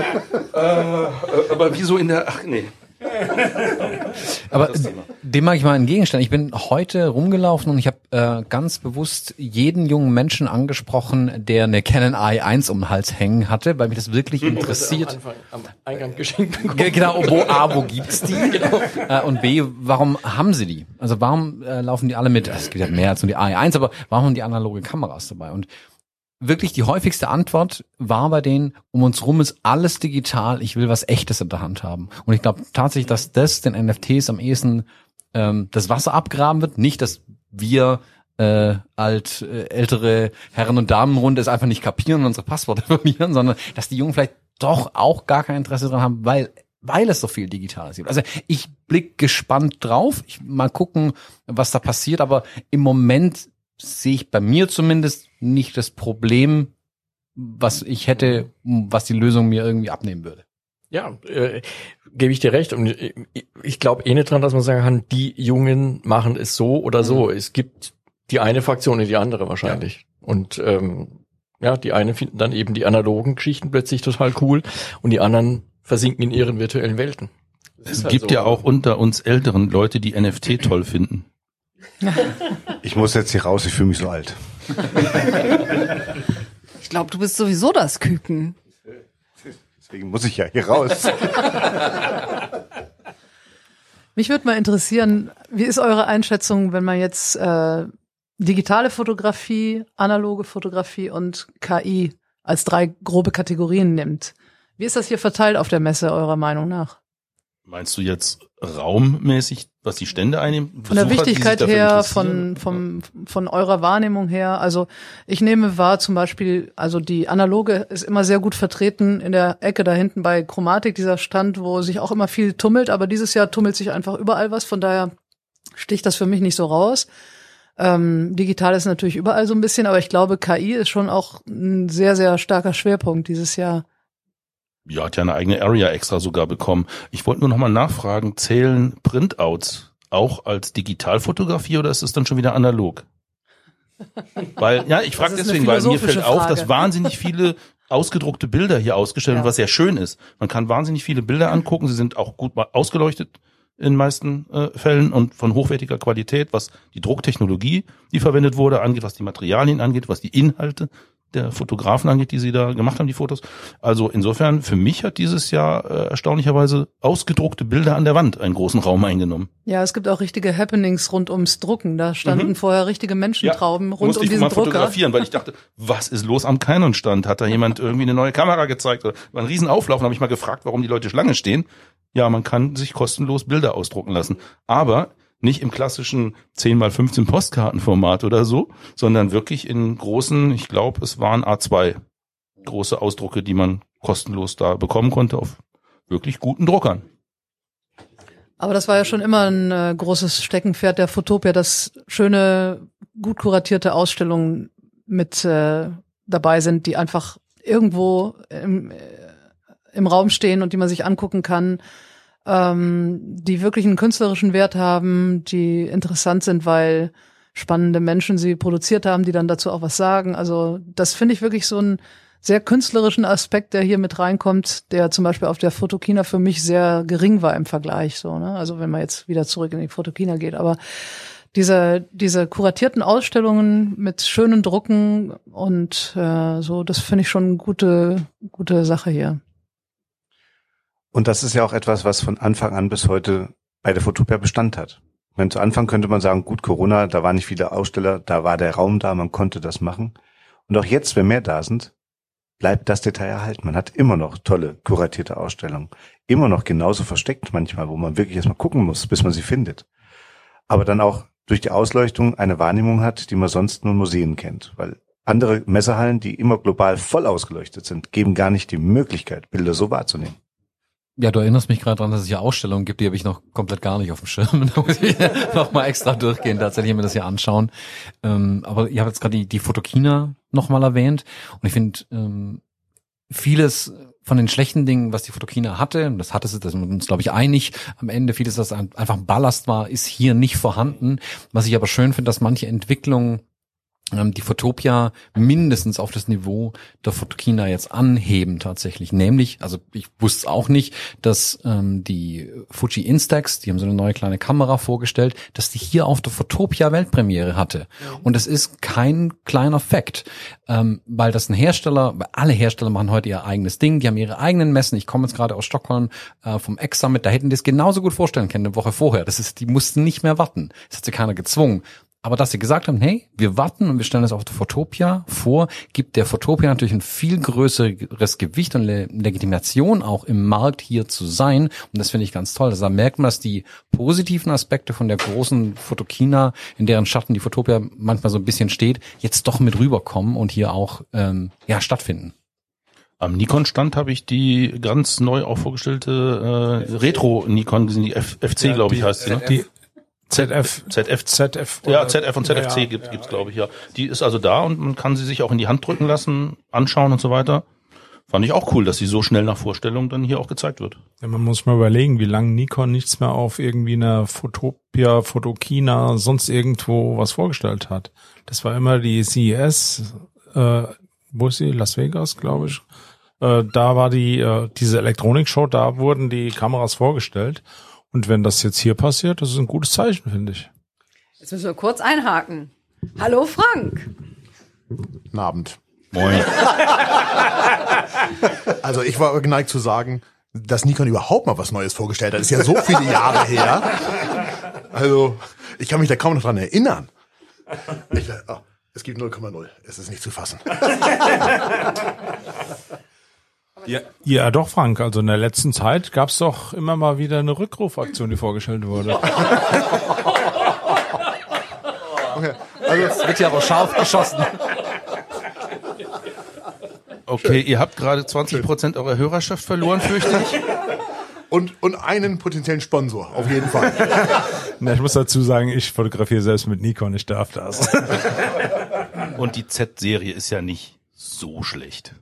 Aber wieso in der... Ach nee. Aber dem mag ich mal entgegenstellen. Ich bin heute rumgelaufen und ich habe ganz bewusst jeden jungen Menschen angesprochen, der eine Canon i1 um den Hals hängen hatte, weil mich das wirklich interessiert. Am Eingang geschenkt bekommen. Genau, wo gibt's die? Genau. Und B, warum haben sie die? Also warum laufen die alle mit, es gibt ja mehr als nur die i1, aber warum haben die analoge Kameras dabei? Und wirklich die häufigste Antwort war bei denen, um uns rum ist alles digital, ich will was Echtes in der Hand haben. Und ich glaube tatsächlich, dass das den NFTs am ehesten das Wasser abgraben wird. Nicht, dass wir ältere Herren- und Damenrunde es einfach nicht kapieren und unsere Passworte verlieren, sondern dass die Jungen vielleicht doch auch gar kein Interesse dran haben, weil es so viel Digitales gibt. Also ich blick gespannt drauf, mal gucken, was da passiert, aber im Moment sehe ich bei mir zumindest nicht das Problem, was ich hätte, was die Lösung mir irgendwie abnehmen würde. Ja, gebe ich dir recht. Und ich glaube nicht dran, dass man sagen kann, die Jungen machen es so oder so. Es gibt die eine Fraktion und die andere wahrscheinlich. Ja. Und die einen finden dann eben die analogen Geschichten plötzlich total cool und die anderen versinken in ihren virtuellen Welten. Es gibt ja auch unter uns älteren Leute, die NFT toll finden. Ich muss jetzt hier raus, ich fühle mich so alt. Ich glaube, du bist sowieso das Küken. Deswegen muss ich ja hier raus. Mich würde mal interessieren, wie ist eure Einschätzung, wenn man jetzt digitale Fotografie, analoge Fotografie und KI als 3 grobe Kategorien nimmt? Wie ist das hier verteilt auf der Messe, eurer Meinung nach? Meinst du jetzt raummäßig, was die Stände einnehmen? Von der Wichtigkeit her, von eurer Wahrnehmung her. Also ich nehme wahr zum Beispiel, also die analoge ist immer sehr gut vertreten in der Ecke da hinten bei Chromatik, dieser Stand, wo sich auch immer viel tummelt, aber dieses Jahr tummelt sich einfach überall was, von daher sticht das für mich nicht so raus. Digital ist natürlich überall so ein bisschen, aber ich glaube, KI ist schon auch ein sehr, sehr starker Schwerpunkt dieses Jahr. Ja, hat ja eine eigene Area extra sogar bekommen. Ich wollte nur nochmal nachfragen, zählen Printouts auch als Digitalfotografie oder ist es dann schon wieder analog? Weil, ja, ich frage deswegen, weil mir fällt auf, dass wahnsinnig viele ausgedruckte Bilder hier ausgestellt sind, was sehr schön ist. Man kann wahnsinnig viele Bilder angucken, sie sind auch gut ausgeleuchtet in meisten Fällen und von hochwertiger Qualität, was die Drucktechnologie, die verwendet wurde, angeht, was die Materialien angeht, was die Inhalte der Fotografen angeht, die sie da gemacht haben, die Fotos. Also insofern, für mich hat dieses Jahr erstaunlicherweise ausgedruckte Bilder an der Wand einen großen Raum eingenommen. Ja, es gibt auch richtige Happenings rund ums Drucken. Da standen vorher richtige Menschentrauben rund um diesen Drucker. Fotografieren, weil ich dachte, was ist los am Canon-Stand? Hat da jemand irgendwie eine neue Kamera gezeigt? War ein Riesenauflauf. Dann habe ich mal gefragt, warum die Leute Schlange stehen. Ja, man kann sich kostenlos Bilder ausdrucken lassen. Aber nicht im klassischen 10x15 Postkartenformat oder so, sondern wirklich in großen, ich glaube, es waren A2 große Ausdrucke, die man kostenlos da bekommen konnte auf wirklich guten Druckern. Aber das war ja schon immer ein großes Steckenpferd der Fotopia, dass schöne, gut kuratierte Ausstellungen mit dabei sind, die einfach irgendwo im Raum stehen und die man sich angucken kann, die wirklich einen künstlerischen Wert haben, die interessant sind, weil spannende Menschen sie produziert haben, die dann dazu auch was sagen. Also das finde ich wirklich so einen sehr künstlerischen Aspekt, der hier mit reinkommt, der zum Beispiel auf der Photokina für mich sehr gering war im Vergleich. So, ne? Also wenn man jetzt wieder zurück in die Photokina geht, aber diese kuratierten Ausstellungen mit schönen Drucken und so, das finde ich schon eine gute Sache hier. Und das ist ja auch etwas, was von Anfang an bis heute bei der Fotopia Bestand hat. Wenn zu Anfang könnte man sagen, gut, Corona, da waren nicht viele Aussteller, da war der Raum da, man konnte das machen. Und auch jetzt, wenn mehr da sind, bleibt das Detail erhalten. Man hat immer noch tolle, kuratierte Ausstellungen. Immer noch genauso versteckt manchmal, wo man wirklich erstmal gucken muss, bis man sie findet. Aber dann auch durch die Ausleuchtung eine Wahrnehmung hat, die man sonst nur in Museen kennt. Weil andere Messehallen, die immer global voll ausgeleuchtet sind, geben gar nicht die Möglichkeit, Bilder so wahrzunehmen. Ja, du erinnerst mich gerade daran, dass es ja Ausstellungen gibt, die habe ich noch komplett gar nicht auf dem Schirm. Da muss ich noch mal extra durchgehen, tatsächlich mir das hier anschauen. Aber ihr habt jetzt gerade die Photokina noch mal erwähnt. Und ich finde, vieles von den schlechten Dingen, was die Photokina hatte, und das hatte sie, da sind wir uns, glaube ich, einig, am Ende vieles, das einfach Ballast war, ist hier nicht vorhanden. Was ich aber schön finde, dass manche Entwicklungen die Fotopia mindestens auf das Niveau der Photokina jetzt anheben tatsächlich. Nämlich, also ich wusste auch nicht, dass die Fuji Instax, die haben so eine neue kleine Kamera vorgestellt, dass die hier auf der Fotopia Weltpremiere hatte. Und das ist kein kleiner Fact, weil das ein Hersteller, alle Hersteller machen heute ihr eigenes Ding, die haben ihre eigenen Messen. Ich komme jetzt gerade aus Stockholm vom X-Summit, da hätten die es genauso gut vorstellen können, eine Woche vorher. Die mussten nicht mehr warten. Das hat sie keiner gezwungen. Aber dass sie gesagt haben, hey, wir warten und wir stellen das auf der Fotopia vor, gibt der Fotopia natürlich ein viel größeres Gewicht und Legitimation auch im Markt hier zu sein. Und das finde ich ganz toll. Also da merkt man, dass die positiven Aspekte von der großen Photokina, in deren Schatten die Fotopia manchmal so ein bisschen steht, jetzt doch mit rüberkommen und hier auch stattfinden. Am Nikon-Stand habe ich die ganz neu auch vorgestellte Retro-Nikon gesehen, die FC, glaube ich, heißt sie. Ne? Die ZF. Ja, ZF und ZFC gibt's, glaube ich, ja. Die ist also da und man kann sie sich auch in die Hand drücken lassen, anschauen und so weiter. Fand ich auch cool, dass sie so schnell nach Vorstellung dann hier auch gezeigt wird. Ja, man muss mal überlegen, wie lange Nikon nichts mehr auf irgendwie einer Fotopia, Photokina, sonst irgendwo was vorgestellt hat. Das war immer die CES, wo ist sie? Las Vegas, glaube ich. Da war diese Elektronik-Show, da wurden die Kameras vorgestellt. Und wenn das jetzt hier passiert, das ist ein gutes Zeichen, finde ich. Jetzt müssen wir kurz einhaken. Hallo Frank. Guten Abend. Moin. Also ich war geneigt zu sagen, dass Nikon überhaupt mal was Neues vorgestellt hat. Das ist ja so viele Jahre her. Also ich kann mich da kaum noch dran erinnern. Es gibt 0,0. Es ist nicht zu fassen. Ja, doch, Frank. Also in der letzten Zeit gab's doch immer mal wieder eine Rückrufaktion, die vorgestellt wurde. Okay. Also Es wird ja aber scharf geschossen. Okay, ihr habt gerade 20% eurer Hörerschaft verloren, fürchte ich. Und einen potenziellen Sponsor, auf jeden Fall. Na, ich muss dazu sagen, ich fotografiere selbst mit Nikon, ich darf das. Und die Z-Serie ist ja nicht so schlecht.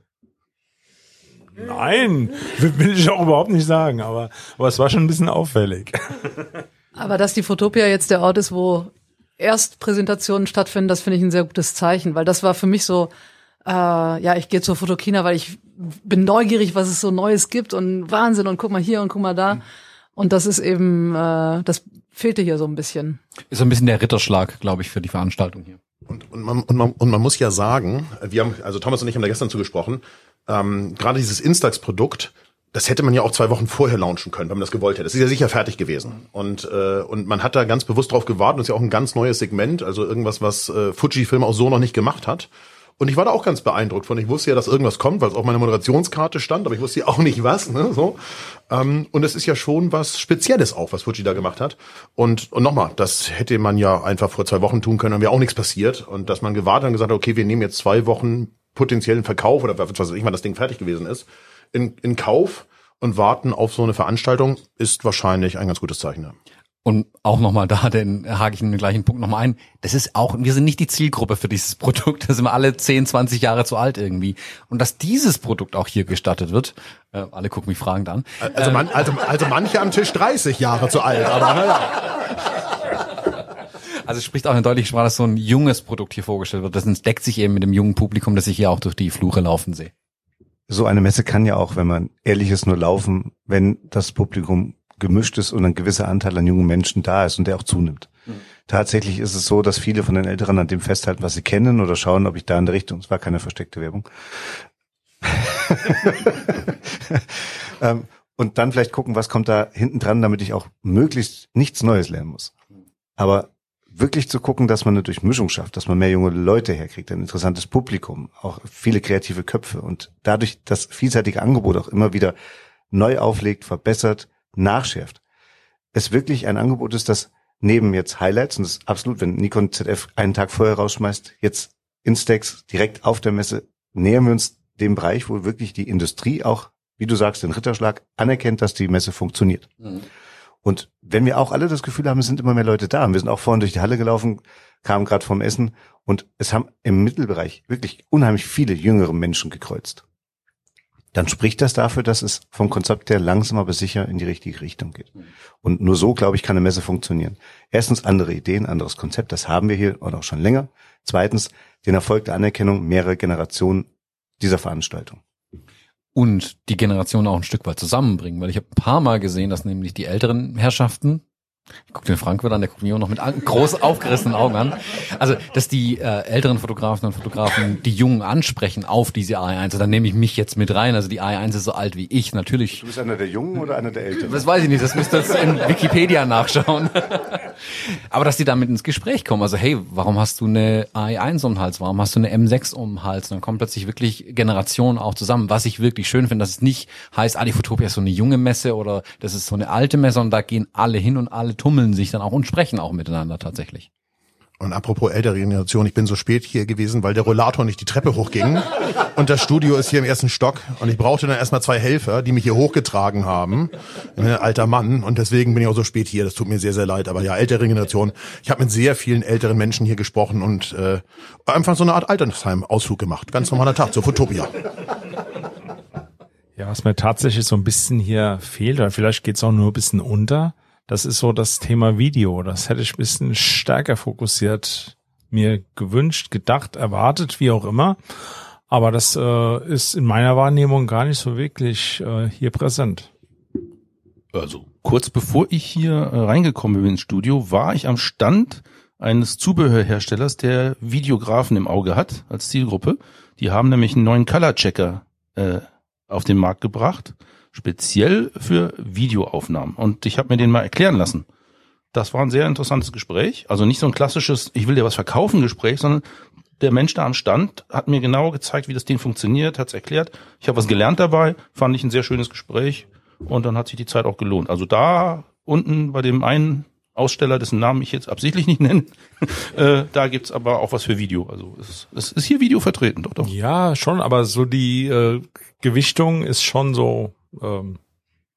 Nein, will ich auch überhaupt nicht sagen, aber es war schon ein bisschen auffällig. Aber dass die Fotopia jetzt der Ort ist, wo Erstpräsentationen stattfinden, das finde ich ein sehr gutes Zeichen, weil das war für mich so, ich gehe zur Fotokina, weil ich bin neugierig, was es so Neues gibt und Wahnsinn und guck mal hier und guck mal da. Und das ist eben, das fehlte hier so ein bisschen. Ist so ein bisschen der Ritterschlag, glaube ich, für die Veranstaltung hier. Und man muss ja sagen, also Thomas und ich haben da gestern zugesprochen, gerade dieses Instax-Produkt, das hätte man ja auch 2 Wochen vorher launchen können, wenn man das gewollt hätte. Das ist ja sicher fertig gewesen. Und man hat da ganz bewusst drauf gewartet. Das ist ja auch ein ganz neues Segment, also irgendwas, was Fujifilm auch so noch nicht gemacht hat. Und ich war da auch ganz beeindruckt von. Ich wusste ja, dass irgendwas kommt, weil es auf meiner Moderationskarte stand, aber ich wusste ja auch nicht was. Ne, so. Und es ist ja schon was Spezielles auch, was Fuji da gemacht hat. Und nochmal, das hätte man ja einfach vor 2 Wochen tun können, dann wäre auch nichts passiert. Und dass man gewartet hat und gesagt hat, okay, wir nehmen jetzt 2 Wochen potenziellen Verkauf oder was weiß ich, wann das Ding fertig gewesen ist, in Kauf und warten auf so eine Veranstaltung, ist wahrscheinlich ein ganz gutes Zeichen. Ja. Und auch nochmal da, den hake ich in den gleichen Punkt nochmal ein. Das ist auch, wir sind nicht die Zielgruppe für dieses Produkt. Da sind wir alle 10, 20 Jahre zu alt irgendwie. Und dass dieses Produkt auch hier gestattet wird, alle gucken mich fragend an. Also manche am Tisch 30 Jahre zu alt, aber naja. Also es spricht auch eine deutliche Sprache, dass so ein junges Produkt hier vorgestellt wird. Das deckt sich eben mit dem jungen Publikum, das ich hier auch durch die Flure laufen sehe. So eine Messe kann ja auch, wenn man ehrlich ist, nur laufen, wenn das Publikum gemischt ist und ein gewisser Anteil an jungen Menschen da ist und der auch zunimmt. Tatsächlich ist es so, dass viele von den Älteren an dem festhalten, was sie kennen oder schauen, ob ich da in der Richtung, es war keine versteckte Werbung. Und dann vielleicht gucken, was kommt da hinten dran, damit ich auch möglichst nichts Neues lernen muss. Aber wirklich zu gucken, dass man eine Durchmischung schafft, dass man mehr junge Leute herkriegt, ein interessantes Publikum, auch viele kreative Köpfe und dadurch das vielseitige Angebot auch immer wieder neu auflegt, verbessert, nachschärft. Es wirklich ein Angebot ist, das neben jetzt Highlights, und das ist absolut, wenn Nikon ZF einen Tag vorher rausschmeißt, jetzt Instax direkt auf der Messe, nähern wir uns dem Bereich, wo wirklich die Industrie auch, wie du sagst, den Ritterschlag anerkennt, dass die Messe funktioniert. Mhm. Und wenn wir auch alle das Gefühl haben, es sind immer mehr Leute da, wir sind auch vorhin durch die Halle gelaufen, kamen gerade vom Essen und es haben im Mittelbereich wirklich unheimlich viele jüngere Menschen gekreuzt. Dann spricht das dafür, dass es vom Konzept her langsam aber sicher in die richtige Richtung geht. Und nur so, glaube ich, kann eine Messe funktionieren. Erstens andere Ideen, anderes Konzept, das haben wir hier und auch schon länger. Zweitens den Erfolg der Anerkennung mehrerer Generationen dieser Veranstaltung. Und die Generation auch ein Stück weit zusammenbringen, weil ich habe ein paar Mal gesehen, dass nämlich die älteren Herrschaften, ich gucke den Frank wieder an, der guckt mich auch noch mit groß aufgerissenen Augen an, also dass die älteren Fotografen und Fotografen die Jungen ansprechen auf diese AI1, also dann nehme ich mich jetzt mit rein, also die AI1 ist so alt wie ich, natürlich. Du bist einer der Jungen oder einer der Älteren? Das weiß ich nicht, das müsst ihr jetzt in Wikipedia nachschauen. Aber dass die damit ins Gespräch kommen, also hey, warum hast du eine AI1 um den Hals, warum hast du eine M6 um den Hals? Und dann kommen plötzlich wirklich Generationen auch zusammen, was ich wirklich schön finde, dass es nicht heißt, die Fotopia ist so eine junge Messe oder das ist so eine alte Messe und da gehen alle hin und alle tummeln sich dann auch und sprechen auch miteinander tatsächlich. Und apropos ältere Generation, ich bin so spät hier gewesen, weil der Rollator nicht die Treppe hochging und das Studio ist hier im 1. Stock und ich brauchte dann erstmal 2 Helfer, die mich hier hochgetragen haben. Ein alter Mann und deswegen bin ich auch so spät hier, das tut mir sehr, sehr leid. Aber ja, ältere Generation, ich habe mit sehr vielen älteren Menschen hier gesprochen und einfach so eine Art Altersheim-Ausflug gemacht. Ganz normaler Tag zur Fotopia. Ja, was mir tatsächlich so ein bisschen hier fehlt, oder vielleicht geht's auch nur ein bisschen unter, das ist so das Thema Video. Das hätte ich ein bisschen stärker fokussiert mir gewünscht, gedacht, erwartet, wie auch immer. Aber das ist in meiner Wahrnehmung gar nicht so wirklich hier präsent. Also kurz bevor ich hier reingekommen bin ins Studio, war ich am Stand eines Zubehörherstellers, der Videografen im Auge hat als Zielgruppe. Die haben nämlich einen neuen Color Checker auf den Markt gebracht, speziell für Videoaufnahmen. Und ich habe mir den mal erklären lassen. Das war ein sehr interessantes Gespräch. Also nicht so ein klassisches, ich will dir was verkaufen Gespräch, sondern der Mensch da am Stand hat mir genau gezeigt, wie das Ding funktioniert, hat es erklärt. Ich habe was gelernt dabei, fand ich ein sehr schönes Gespräch und dann hat sich die Zeit auch gelohnt. Also da unten bei dem einen Aussteller, dessen Namen ich jetzt absichtlich nicht nenne, da gibt's aber auch was für Video. Also es ist hier Video vertreten, doch. Ja, schon, aber so die Gewichtung ist schon so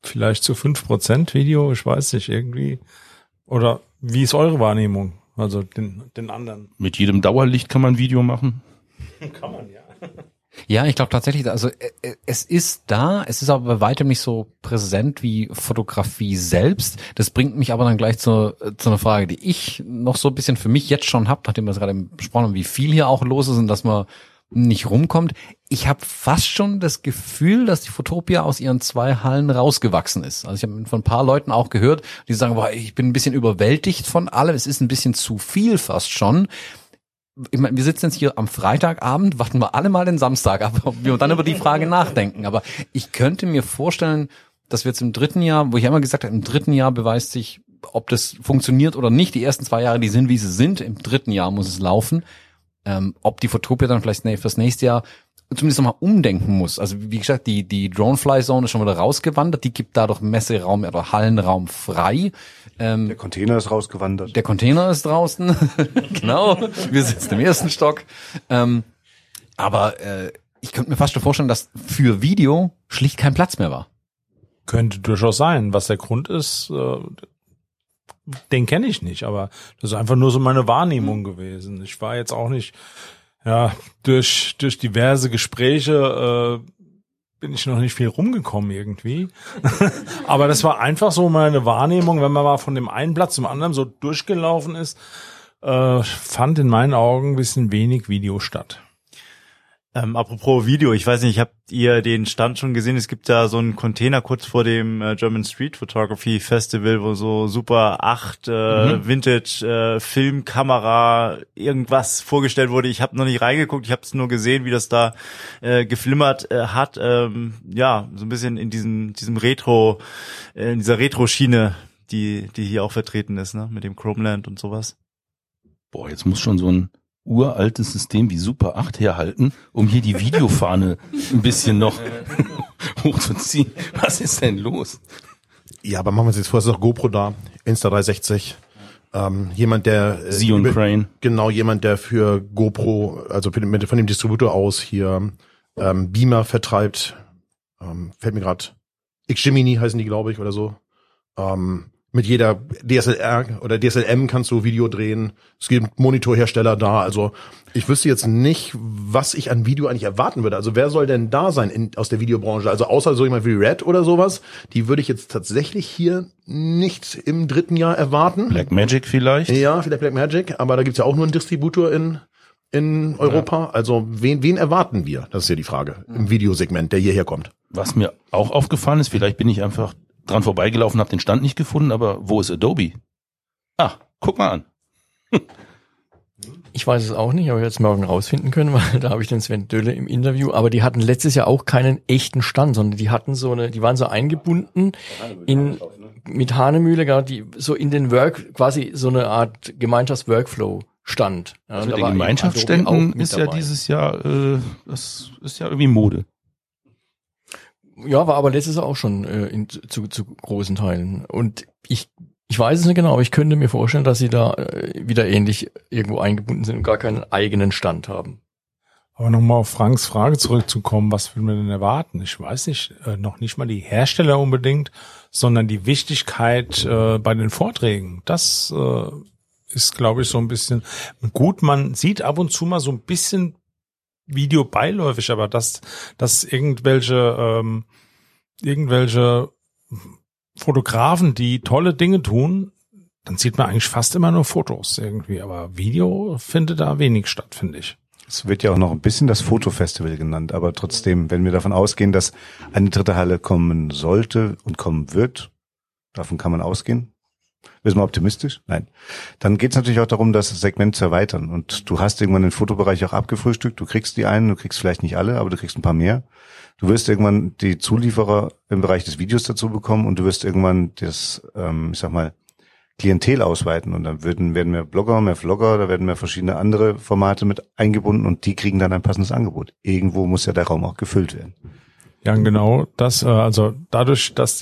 vielleicht zu 5% Video, ich weiß nicht, irgendwie. Oder wie ist eure Wahrnehmung? Also den anderen. Mit jedem Dauerlicht kann man Video machen. Kann man, ja. Ja, ich glaube tatsächlich, also es ist da, es ist aber bei weitem nicht so präsent wie Fotografie selbst. Das bringt mich aber dann gleich zu einer Frage, die ich noch so ein bisschen für mich jetzt schon habe, nachdem wir es gerade besprochen haben, wie viel hier auch los ist und dass man nicht rumkommt. Ich habe fast schon das Gefühl, dass die Fotopia aus ihren 2 Hallen rausgewachsen ist. Also ich habe von ein paar Leuten auch gehört, die sagen, boah, ich bin ein bisschen überwältigt von allem, es ist ein bisschen zu viel fast schon. Ich meine, wir sitzen jetzt hier am Freitagabend, warten wir alle mal den Samstag ab, ob wir dann über die Frage nachdenken. Aber ich könnte mir vorstellen, dass wir jetzt im 3. Jahr, wo ich einmal gesagt habe, im 3. Jahr beweist sich, ob das funktioniert oder nicht. Die ersten 2 Jahre, die sind, wie sie sind. Im 3. Jahr muss es laufen. Ob die Fotopia dann vielleicht fürs nächste Jahr zumindest nochmal umdenken muss. Also wie gesagt, die Dronefly-Zone ist schon wieder rausgewandert. Die gibt dadurch Messeraum oder Hallenraum frei. Der Container ist rausgewandert. Der Container ist draußen. Genau. Wir sitzen im 1. Stock. Aber ich könnte mir fast schon vorstellen, dass für Video schlicht kein Platz mehr war. Könnte durchaus sein. Was der Grund ist, den kenne ich nicht, aber das ist einfach nur so meine Wahrnehmung gewesen. Ich war jetzt auch nicht, durch diverse Gespräche bin ich noch nicht viel rumgekommen irgendwie. Aber das war einfach so meine Wahrnehmung, wenn man mal von dem einen Platz zum anderen so durchgelaufen ist, fand in meinen Augen ein bisschen wenig Video statt. Apropos Video, ich weiß nicht, habt ihr den Stand schon gesehen? Es gibt da so einen Container kurz vor dem German Street Photography Festival, wo so Super 8 Vintage Filmkamera irgendwas vorgestellt wurde. Ich habe noch nicht reingeguckt, ich habe es nur gesehen, wie das da geflimmert hat. So ein bisschen in diesem Retro, in dieser Retro-Schiene, die hier auch vertreten ist, ne, mit dem Chromeland und sowas. Boah, jetzt muss schon so ein uraltes System wie Super 8 herhalten, um hier die Videofahne ein bisschen noch hochzuziehen. Was ist denn los? Ja, aber machen wir uns jetzt vor, es ist noch GoPro da, Insta360. Jemand, der Xeon Crane. Genau, jemand, der für GoPro, also von dem Distributor aus hier Beamer vertreibt. Fällt mir gerade Xgemini heißen die, glaube ich, oder so. Mit jeder DSLR oder DSLM kannst du Video drehen. Es gibt Monitorhersteller da. Also ich wüsste jetzt nicht, was ich an Video eigentlich erwarten würde. Also wer soll denn da sein aus der Videobranche? Also außer so jemand wie Red oder sowas. Die würde ich jetzt tatsächlich hier nicht im 3. Jahr erwarten. Blackmagic vielleicht? Ja, vielleicht Blackmagic. Aber da gibt's ja auch nur einen Distributor in Europa. Ja. Also wen erwarten wir? Das ist ja die Frage im Videosegment, der hierher kommt. Was mir auch aufgefallen ist, vielleicht bin ich einfach dran vorbeigelaufen, habe den Stand nicht gefunden, aber wo ist Adobe? Ach, guck mal an. Ich weiß es auch nicht, aber ich werde es morgen rausfinden können, weil da habe ich den Sven Dölle im Interview. Aber die hatten letztes Jahr auch keinen echten Stand, sondern die hatten die waren so eingebunden mit Hanemühle, die so in den quasi so eine Art Gemeinschafts-Workflow stand. Ja, also mit den Gemeinschaftsständen ist ja dieses Jahr, das ist ja irgendwie Mode. Ja, war aber letztes Jahr auch schon zu großen Teilen. Und ich weiß es nicht genau, aber ich könnte mir vorstellen, dass sie da wieder ähnlich irgendwo eingebunden sind und gar keinen eigenen Stand haben. Aber nochmal auf Franks Frage zurückzukommen, was will man denn erwarten? Ich weiß nicht, noch nicht mal die Hersteller unbedingt, sondern die Wichtigkeit bei den Vorträgen. Das ist, glaube ich, so ein bisschen gut. Man sieht ab und zu mal so ein bisschen Video beiläufig, aber dass irgendwelche Fotografen, die tolle Dinge tun, dann sieht man eigentlich fast immer nur Fotos irgendwie, aber Video findet da wenig statt, finde ich. Es wird ja auch noch ein bisschen das Fotofestival genannt, aber trotzdem, wenn wir davon ausgehen, dass eine 3. Halle kommen sollte und kommen wird, davon kann man ausgehen. Bist du mal optimistisch? Nein. Dann geht es natürlich auch darum, das Segment zu erweitern. Und du hast irgendwann den Fotobereich auch abgefrühstückt. Du kriegst die einen, du kriegst vielleicht nicht alle, aber du kriegst ein paar mehr. Du wirst irgendwann die Zulieferer im Bereich des Videos dazu bekommen und du wirst irgendwann das, Klientel ausweiten. Und dann werden mehr Blogger, mehr Vlogger, da werden mehr verschiedene andere Formate mit eingebunden und die kriegen dann ein passendes Angebot. Irgendwo muss ja der Raum auch gefüllt werden. Ja, genau. Das, also dadurch, dass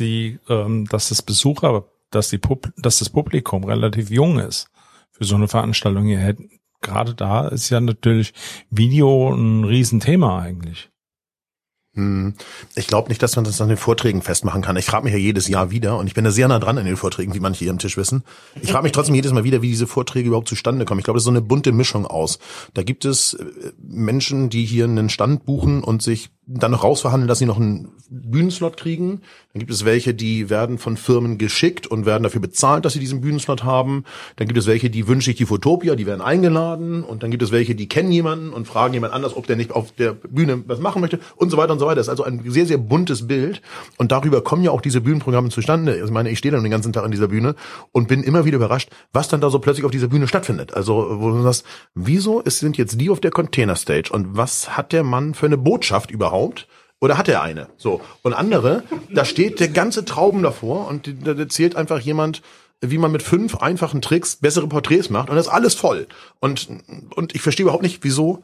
das Publikum relativ jung ist für so eine Veranstaltung hier, gerade da ist ja natürlich Video ein Riesenthema eigentlich. Ich glaube nicht, dass man das an den Vorträgen festmachen kann. Ich frage mich ja jedes Jahr wieder, und ich bin da sehr nah dran an den Vorträgen, wie manche hier am Tisch wissen. Ich frage mich trotzdem jedes Mal wieder, wie diese Vorträge überhaupt zustande kommen. Ich glaube, das ist so eine bunte Mischung aus. Da gibt es Menschen, die hier einen Stand buchen und sich dann noch rausverhandeln, dass sie noch einen Bühnenslot kriegen. Dann gibt es welche, die werden von Firmen geschickt und werden dafür bezahlt, dass sie diesen Bühnenslot haben. Dann gibt es welche, die wünschen sich die Fotopia, die werden eingeladen. Und dann gibt es welche, die kennen jemanden und fragen jemand anders, ob der nicht auf der Bühne was machen möchte und so weiter und so weiter. Das ist also ein sehr, sehr buntes Bild. Und darüber kommen ja auch diese Bühnenprogramme zustande. Ich meine, ich stehe dann den ganzen Tag an dieser Bühne und bin immer wieder überrascht, was dann da so plötzlich auf dieser Bühne stattfindet. Also, wo du sagst, wieso sind jetzt die auf der Container Stage und was hat der Mann für eine Botschaft überhaupt? Oder hat er eine? So. Und andere, da steht der ganze Trauben davor und da erzählt einfach jemand, wie man mit 5 einfachen Tricks bessere Porträts macht und das ist alles voll. Und ich verstehe überhaupt nicht, wieso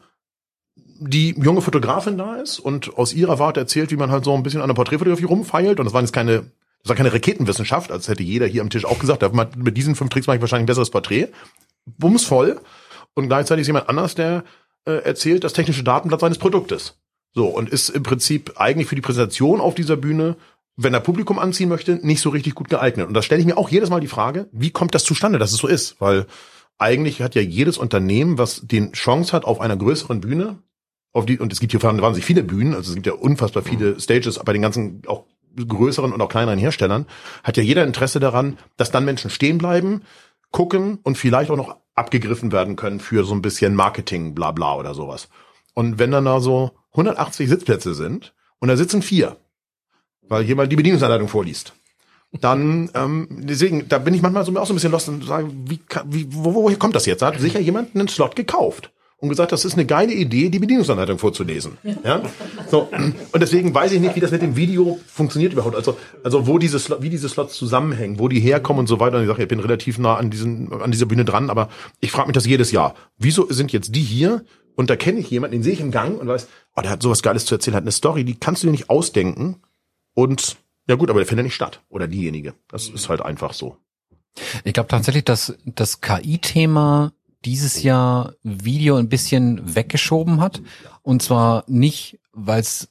die junge Fotografin da ist und aus ihrer Warte erzählt, wie man halt so ein bisschen an der Porträtfotografie rumfeilt. Und das war keine Raketenwissenschaft, als hätte jeder hier am Tisch auch gesagt, mit diesen 5 Tricks mache ich wahrscheinlich ein besseres Porträt. Bumsvoll. Und gleichzeitig ist jemand anders, der erzählt das technische Datenblatt seines Produktes. So, und ist im Prinzip eigentlich für die Präsentation auf dieser Bühne, wenn er Publikum anziehen möchte, nicht so richtig gut geeignet. Und da stelle ich mir auch jedes Mal die Frage, wie kommt das zustande, dass es so ist? Weil eigentlich hat ja jedes Unternehmen, was den Chance hat, auf einer größeren Bühne, und es gibt hier wahnsinnig viele Bühnen, also es gibt ja unfassbar viele Stages bei den ganzen auch größeren und auch kleineren Herstellern, hat ja jeder Interesse daran, dass dann Menschen stehen bleiben, gucken und vielleicht auch noch abgegriffen werden können für so ein bisschen Marketing, bla bla oder sowas. Und wenn dann da so 180 Sitzplätze sind und da sitzen 4, weil jemand die Bedienungsanleitung vorliest, dann deswegen, da bin ich manchmal so auch so ein bisschen lost und sage, woher kommt das jetzt? Da hat sicher jemand einen Slot gekauft und gesagt, das ist eine geile Idee, die Bedienungsanleitung vorzulesen. Ja? So, und deswegen weiß ich nicht, wie das mit dem Video funktioniert überhaupt. Also wie diese Slots zusammenhängen, wo die herkommen und so weiter. Und ich sage, ich bin relativ nah an dieser Bühne dran, aber ich frage mich das jedes Jahr. Wieso sind jetzt die hier? Und da kenne ich jemanden, den sehe ich im Gang und weiß, oh, der hat sowas Geiles zu erzählen, hat eine Story, die kannst du dir nicht ausdenken. Und ja gut, aber der findet nicht statt. Oder diejenige. Das ist halt einfach so. Ich glaube tatsächlich, dass das KI-Thema dieses Jahr Video ein bisschen weggeschoben hat. Und zwar nicht, weil es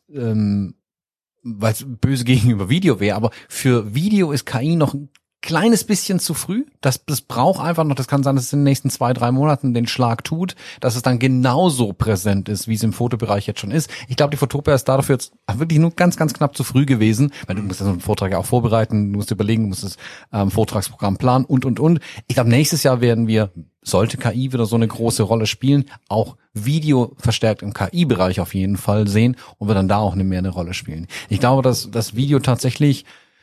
böse gegenüber Video wäre, aber für Video ist KI noch ein kleines bisschen zu früh. Das braucht einfach noch, das kann sein, dass es in den nächsten 2-3 Monaten den Schlag tut, dass es dann genauso präsent ist, wie es im Fotobereich jetzt schon ist. Ich glaube, die Fotopia ist dafür jetzt wirklich nur ganz, ganz knapp zu früh gewesen, weil du musst ja so einen Vortrag auch vorbereiten, du musst überlegen, du musst das Vortragsprogramm planen und. Ich glaube, nächstes Jahr sollte KI wieder so eine große Rolle spielen, auch Video verstärkt im KI-Bereich auf jeden Fall sehen und wird dann da auch mehr eine Rolle spielen. Ich glaube, dass das Video tatsächlich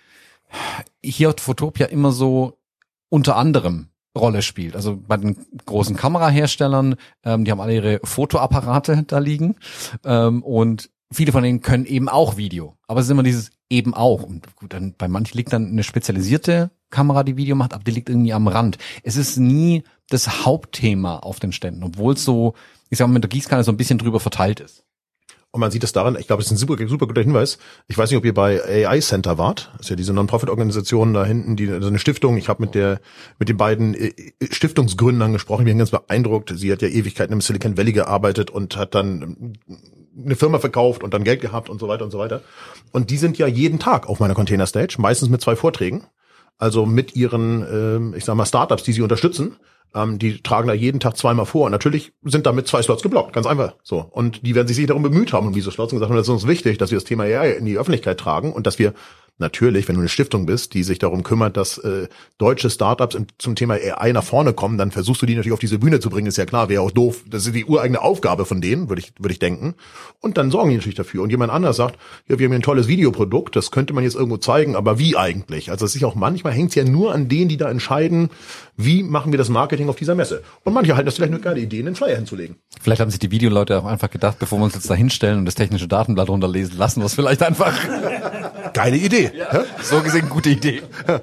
hier auf Fotopia immer so unter anderem Rolle spielt. Also bei den großen Kameraherstellern, die haben alle ihre Fotoapparate da liegen und viele von denen können eben auch Video. Aber es ist immer dieses eben auch. Und gut, dann bei manchen liegt dann eine spezialisierte Kamera, die Video macht, aber die liegt irgendwie am Rand. Es ist nie das Hauptthema auf den Ständen, obwohl es so, ich sag mal, mit der Gießkanne so ein bisschen drüber verteilt ist. Und man sieht es daran, ich glaube, das ist ein super, super guter Hinweis. Ich weiß nicht, ob ihr bei AI Center wart. Das ist ja diese Non-Profit-Organisation da hinten, also eine Stiftung. Ich habe mit den beiden Stiftungsgründern gesprochen. Ich bin ganz beeindruckt. Sie hat ja Ewigkeiten im Silicon Valley gearbeitet und hat dann eine Firma verkauft und dann Geld gehabt und so weiter und so weiter. Und die sind ja jeden Tag auf meiner Container Stage, meistens mit 2 Vorträgen. Also mit ihren, ich sag mal, Startups, die sie unterstützen. Die tragen da jeden Tag 2-mal vor. Und natürlich sind damit 2 Slots geblockt. Ganz einfach. So. Und die werden sich darum bemüht haben, um diese Slots und gesagt haben, das ist uns wichtig, dass wir das Thema AI in die Öffentlichkeit tragen und dass wir natürlich, wenn du eine Stiftung bist, die sich darum kümmert, dass deutsche Startups zum Thema AI nach vorne kommen, dann versuchst du die natürlich auf diese Bühne zu bringen, ist ja klar, wäre auch doof. Das ist die ureigene Aufgabe von denen, würde ich denken. Und dann sorgen die natürlich dafür. Und jemand anders sagt, ja, wir haben hier ein tolles Videoprodukt, das könnte man jetzt irgendwo zeigen, aber wie eigentlich? Also es ist ja auch manchmal hängt es ja nur an denen, die da entscheiden, wie machen wir das Marketing auf dieser Messe. Und manche halten das vielleicht eine geile Idee, einen Flyer hinzulegen. Vielleicht haben sich die Videoleute auch einfach gedacht, bevor wir uns jetzt da hinstellen und das technische Datenblatt runterlesen, lassen wir es vielleicht einfach. Geile Idee. Ja, so gesehen, gute Idee.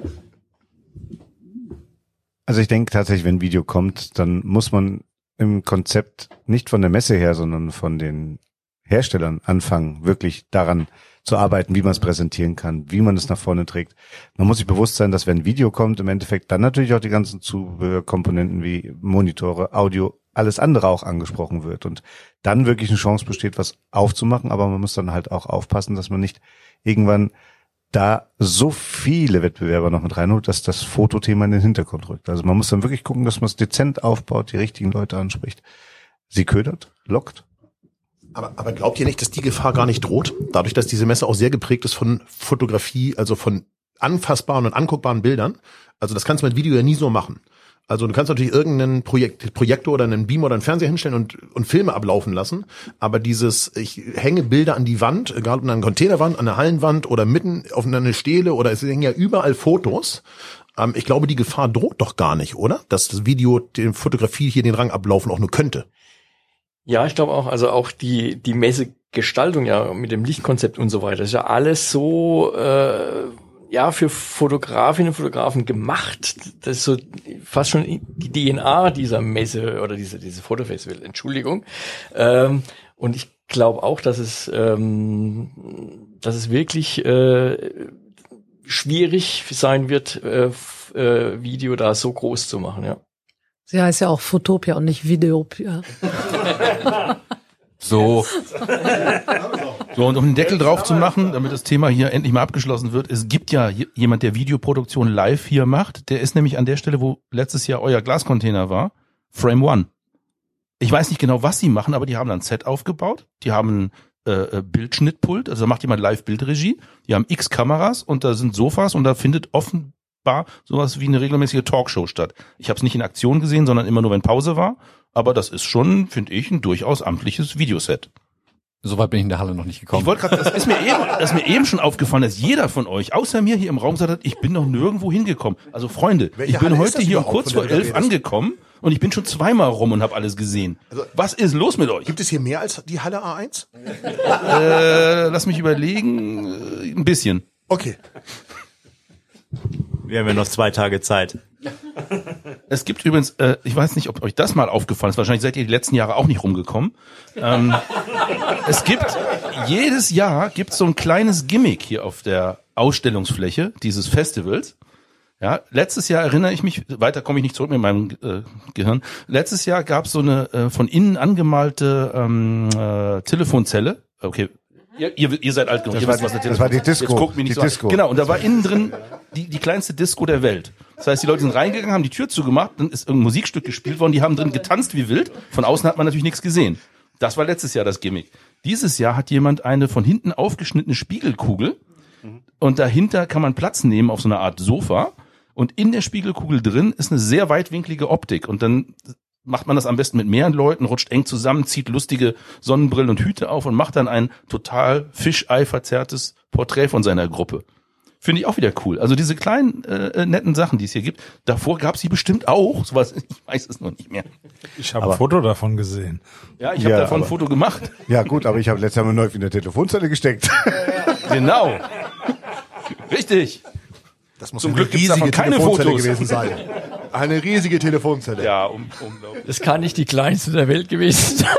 Also ich denke tatsächlich, wenn ein Video kommt, dann muss man im Konzept nicht von der Messe her, sondern von den Herstellern anfangen, wirklich daran zu arbeiten, wie man es präsentieren kann, wie man es nach vorne trägt. Man muss sich bewusst sein, dass wenn ein Video kommt, im Endeffekt dann natürlich auch die ganzen Zubehörkomponenten wie Monitore, Audio alles andere auch angesprochen wird und dann wirklich eine Chance besteht, was aufzumachen, aber man muss dann halt auch aufpassen, dass man nicht irgendwann da so viele Wettbewerber noch mit reinholt, dass das Fotothema in den Hintergrund rückt. Also man muss dann wirklich gucken, dass man es dezent aufbaut, die richtigen Leute anspricht, sie ködert, lockt. Aber glaubt ihr nicht, dass die Gefahr gar nicht droht? Dadurch, dass diese Messe auch sehr geprägt ist von Fotografie, also von anfassbaren und anguckbaren Bildern. Also das kannst du mit Video ja nie so machen. Also du kannst natürlich irgendeinen Projektor oder einen Beamer oder einen Fernseher hinstellen und Filme ablaufen lassen. Aber ich hänge Bilder an die Wand, egal ob an einer Containerwand, an einer Hallenwand oder mitten auf einer Stele oder es hängen ja überall Fotos. Ich glaube, die Gefahr droht doch gar nicht, oder? Dass das Video, die Fotografie hier den Rang ablaufen auch nur könnte. Ja, ich glaube auch, also auch die Messegestaltung ja mit dem Lichtkonzept und so weiter, ist ja alles so für Fotografinnen und Fotografen gemacht. Das ist so fast schon die DNA dieser Messe oder diese Fotofestival, Entschuldigung. Und ich glaube auch, dass es wirklich schwierig sein wird, Video da so groß zu machen, ja. Sie heißt ja auch Fotopia und nicht Videopia. So, und um den Deckel drauf zu machen, damit das Thema hier endlich mal abgeschlossen wird, es gibt ja jemand, der Videoproduktion live hier macht, der ist nämlich an der Stelle, wo letztes Jahr euer Glascontainer war, Frame One. Ich weiß nicht genau, was sie machen, aber die haben dann ein Set aufgebaut, die haben ein Bildschnittpult, also da macht jemand Live-Bildregie, die haben x Kameras und da sind Sofas und da findet offenbar sowas wie eine regelmäßige Talkshow statt. Ich habe es nicht in Aktion gesehen, sondern immer nur, wenn Pause war. Aber das ist schon, finde ich, ein durchaus amtliches Videoset. Soweit bin ich in der Halle noch nicht gekommen. Ich wollte gerade, das ist mir eben schon aufgefallen, dass jeder von euch, außer mir hier im Raum, gesagt hat, ich bin noch nirgendwo hingekommen. Also Freunde, ich bin heute hier um kurz vor 11 angekommen und ich bin schon zweimal rum und habe alles gesehen. Also, was ist los mit euch? Gibt es hier mehr als die Halle A1? Lass mich überlegen, ein bisschen. Okay. Wir haben ja noch 2 Tage Zeit. Es gibt übrigens, ich weiß nicht, ob euch das mal aufgefallen ist, wahrscheinlich seid ihr die letzten Jahre auch nicht rumgekommen. Es gibt, jedes Jahr gibt's so ein kleines Gimmick hier auf der Ausstellungsfläche dieses Festivals. Ja, letztes Jahr erinnere ich mich, weiter komme ich nicht zurück mit meinem Gehirn, letztes Jahr gab's so eine von innen angemalte Telefonzelle, okay. Ihr seid alt genug. Das war die Disco. Jetzt guckt mich nicht so Disco. an. Genau, und da war innen drin die kleinste Disco der Welt. Das heißt, die Leute sind reingegangen, haben die Tür zugemacht, dann ist irgendein Musikstück gespielt worden, die haben drin getanzt wie wild. Von außen hat man natürlich nichts gesehen. Das war letztes Jahr das Gimmick. Dieses Jahr hat jemand eine von hinten aufgeschnittene Spiegelkugel und dahinter kann man Platz nehmen auf so einer Art Sofa und in der Spiegelkugel drin ist eine sehr weitwinklige Optik und dann macht man das am besten mit mehreren Leuten, rutscht eng zusammen, zieht lustige Sonnenbrillen und Hüte auf und macht dann ein total Fischei-verzerrtes Porträt von seiner Gruppe. Finde ich auch wieder cool. Also diese kleinen, netten Sachen, die es hier gibt, davor gab es die bestimmt auch. Sowas, ich weiß es noch nicht mehr. Ich habe ein Foto davon gesehen. Ja, ich habe davon ein Foto gemacht. Ja gut, aber ich habe letztes Jahr mal neu in der Telefonzelle gesteckt. Genau. Richtig. Das muss Zum eine Glück gibt's davon riesige keine Telefonzelle Fotos. gewesen sein. Eine riesige Telefonzelle. Ja, unglaublich. Das kann nicht die kleinste der Welt gewesen sein.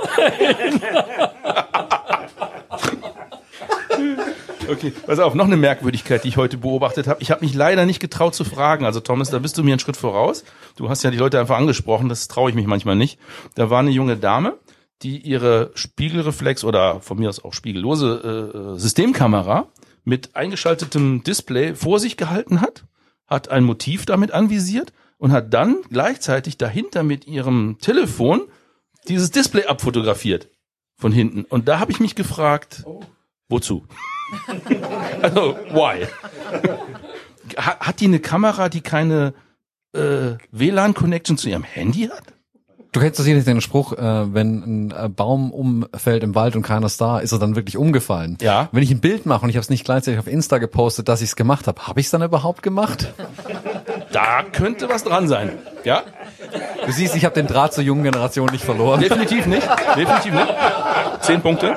Okay, pass auf, noch eine Merkwürdigkeit, die ich heute beobachtet habe. Ich habe mich leider nicht getraut zu fragen. Also Thomas, da bist du mir einen Schritt voraus. Du hast ja die Leute einfach angesprochen, das traue ich mich manchmal nicht. Da war eine junge Dame, die ihre Spiegelreflex oder von mir aus auch spiegellose Systemkamera mit eingeschaltetem Display vor sich gehalten hat ein Motiv damit anvisiert und hat dann gleichzeitig dahinter mit ihrem Telefon dieses Display abfotografiert von hinten. Und da habe ich mich gefragt, wozu? Also, why? Hat die eine Kamera, die keine WLAN-Connection zu ihrem Handy hat? Du kennst doch sicherlich den Spruch, wenn ein Baum umfällt im Wald und keiner ist da, ist er dann wirklich umgefallen. Ja. Wenn ich ein Bild mache und ich habe es nicht gleichzeitig auf Insta gepostet, dass ich es gemacht habe ich es dann überhaupt gemacht? Da könnte was dran sein. Ja? Du siehst, ich habe den Draht zur jungen Generation nicht verloren. Definitiv nicht. 10 Punkte.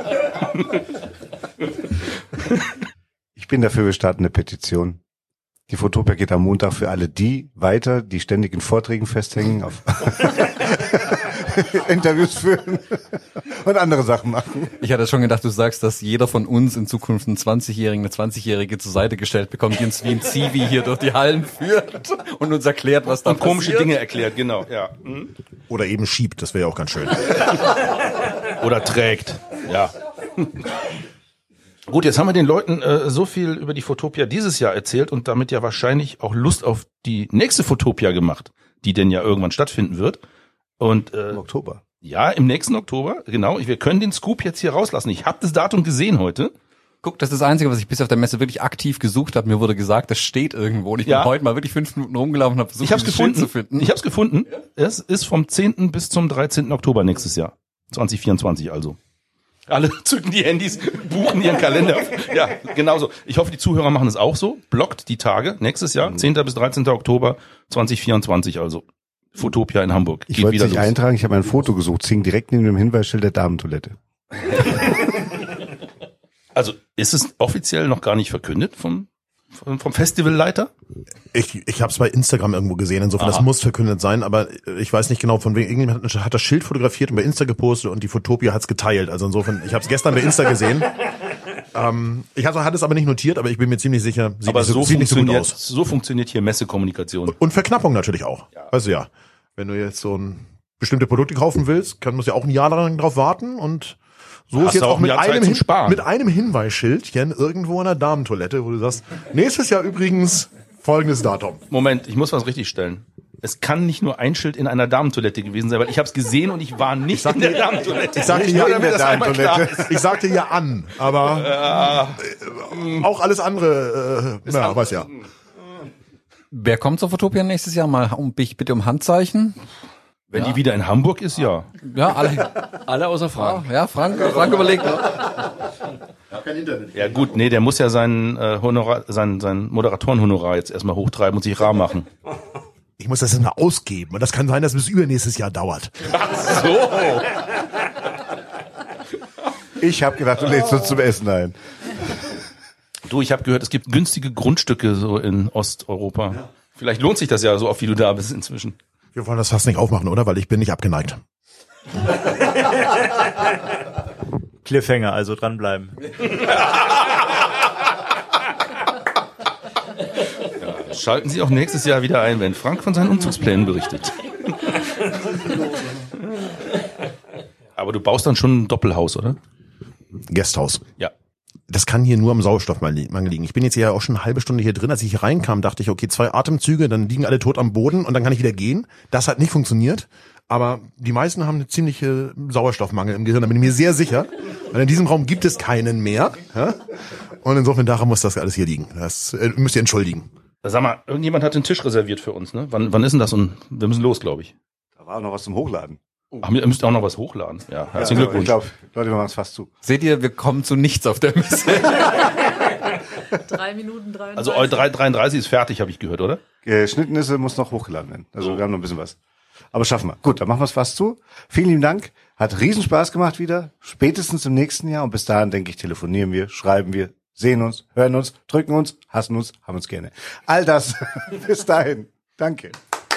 Ich bin dafür, wir starten eine Petition. Die Fotopia geht am Montag für alle die weiter, die ständig in Vorträgen festhängen. Interviews führen und andere Sachen machen. Ich hatte schon gedacht, du sagst, dass jeder von uns in Zukunft einen 20-Jährigen, eine 20-Jährige zur Seite gestellt bekommt, die uns wie ein Zivi hier durch die Hallen führt und uns erklärt, was da Und komische passiert. Dinge erklärt, genau, ja. Mhm. Oder eben schiebt, das wäre ja auch ganz schön. Oder trägt, ja. Gut, jetzt haben wir den Leuten so viel über die Fotopia dieses Jahr erzählt und damit ja wahrscheinlich auch Lust auf die nächste Fotopia gemacht, die denn ja irgendwann stattfinden wird. Und Im Oktober. ja, im nächsten Oktober, genau. Wir können den Scoop jetzt hier rauslassen. Ich habe das Datum gesehen heute. Guck, das ist das Einzige, was ich bis auf der Messe wirklich aktiv gesucht habe. Mir wurde gesagt, das steht irgendwo. Und ich bin Ja. heute mal wirklich 5 Minuten rumgelaufen und habe versucht, Ich habe es dieses Schild gefunden. zu finden. Ich habe es gefunden. Es ist vom 10. bis zum 13. Oktober nächstes Jahr. 2024 also. Alle zücken die Handys, buchen ihren Kalender. Ja, genauso. Ich hoffe, die Zuhörer machen es auch so. Blockt die Tage nächstes Jahr, 10. bis 13. Oktober 2024 also. Fotopia in Hamburg. Ich wollte es nicht eintragen, ich habe ein Foto gesucht, hing direkt neben dem Hinweisschild der Damentoilette. Also ist es offiziell noch gar nicht verkündet vom Festivalleiter? Ich habe es bei Instagram irgendwo gesehen, insofern das muss verkündet sein, aber ich weiß nicht genau, von wem. Irgendjemand hat das Schild fotografiert und bei Insta gepostet und die Fotopia hat's geteilt. Also insofern, ich habe es gestern bei Insta gesehen. Ich hatte es aber nicht notiert, aber ich bin mir ziemlich sicher, sieht nicht so gut aus. So funktioniert hier Messekommunikation. Und Verknappung natürlich auch. Also ja, wenn du jetzt so bestimmte Produkte kaufen willst, musst du ja auch ein Jahr lang drauf warten und so Hast ist jetzt du auch auch mit ein Jahr Zeit zum Sparen. mit einem Hinweisschildchen irgendwo an der Damentoilette, wo du sagst, nächstes Jahr übrigens folgendes Datum. Moment, ich muss was richtig stellen. Es kann nicht nur ein Schild in einer Damentoilette gewesen sein, weil ich habe es gesehen und ich war nicht in der Damentoilette. Ich sagte ja, in der Damentoilette. Ich sagte ja an, aber auch alles andere, weiß ja. Wer kommt zur Fotopia nächstes Jahr? Mal bitte um Handzeichen. Wenn die wieder in Hamburg ist, ja. Ja, alle außer Frank. Ja, Frank überlegt. Ja gut, nee, der muss ja sein Moderatorenhonorar jetzt erstmal hochtreiben und sich rar machen. Ich muss das jetzt mal ausgeben und das kann sein, dass es bis übernächstes Jahr dauert. Ach so. Ich habe gedacht, du lädst uns zum Essen ein. Du, ich habe gehört, es gibt günstige Grundstücke so in Osteuropa. Ja. Vielleicht lohnt sich das ja so oft, wie du da bist inzwischen. Wir wollen das fast nicht aufmachen, oder? Weil ich bin nicht abgeneigt. Cliffhanger, also dranbleiben. Ja, schalten Sie auch nächstes Jahr wieder ein, wenn Frank von seinen Umzugsplänen berichtet. Aber du baust dann schon ein Doppelhaus, oder? Gasthaus. Ja. Das kann hier nur am Sauerstoffmangel liegen. Ich bin jetzt ja auch schon eine halbe Stunde hier drin. Als ich hier reinkam, dachte ich, okay, 2 Atemzüge, dann liegen alle tot am Boden und dann kann ich wieder gehen. Das hat nicht funktioniert. Aber die meisten haben eine ziemliche Sauerstoffmangel im Gehirn. Da bin ich mir sehr sicher. Weil in diesem Raum gibt es keinen mehr. Ja? Und insofern daran muss das alles hier liegen. Das müsst ihr entschuldigen. Sag mal, irgendjemand hat den Tisch reserviert für uns, ne? Wann ist denn das? Und wir müssen los, glaube ich. Da war noch was zum Hochladen. Ach, ihr müsst auch noch was hochladen. Ja, herzlichen Glückwunsch. Ich glaube, Leute, wir machen es fast zu. Seht ihr, wir kommen zu nichts auf der Messe. 3 Minuten 33. Also 3:33 ist fertig, habe ich gehört, oder? Schnittnisse muss noch hochgeladen werden. Also wir haben noch ein bisschen was. Aber schaffen wir. Gut, dann machen wir es fast zu. Vielen lieben Dank. Hat riesen Spaß gemacht wieder. Spätestens im nächsten Jahr. Und bis dahin, denke ich, telefonieren wir, schreiben wir, sehen uns, hören uns, drücken uns, hassen uns, haben uns gerne. All das. Bis dahin. Danke.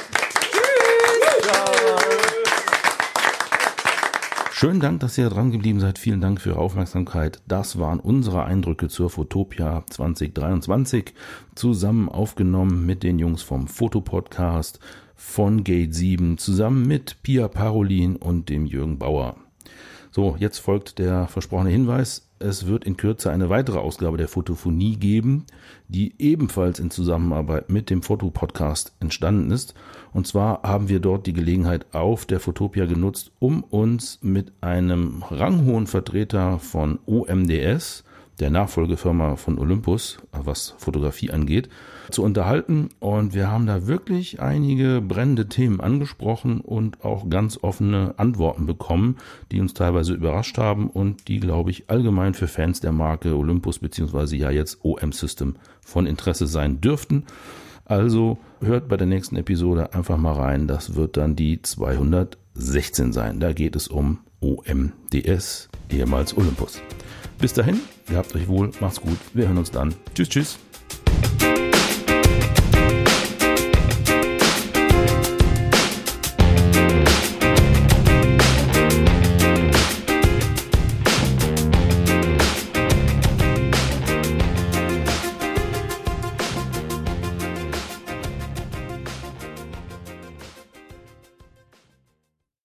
Schönen Dank, dass ihr dran geblieben seid. Vielen Dank für Ihre Aufmerksamkeit. Das waren unsere Eindrücke zur Fotopia 2023. Zusammen aufgenommen mit den Jungs vom Fotopodcast von Gate 7. Zusammen mit Pia Parolin und dem Jürgen Bauer. So, jetzt folgt der versprochene Hinweis. Es wird in Kürze eine weitere Ausgabe der Fotophonie geben, die ebenfalls in Zusammenarbeit mit dem Fotopodcast entstanden ist. Und zwar haben wir dort die Gelegenheit auf der Fotopia genutzt, um uns mit einem ranghohen Vertreter von OMDS, der Nachfolgefirma von Olympus, was Fotografie angeht, zu unterhalten. Und wir haben da wirklich einige brennende Themen angesprochen und auch ganz offene Antworten bekommen, die uns teilweise überrascht haben und die, glaube ich, allgemein für Fans der Marke Olympus bzw. ja jetzt OM System von Interesse sein dürften. Also hört bei der nächsten Episode einfach mal rein. Das wird dann die 216 sein. Da geht es um OMDS, ehemals Olympus. Bis dahin, ihr habt euch wohl, macht's gut. Wir hören uns dann. Tschüss, tschüss.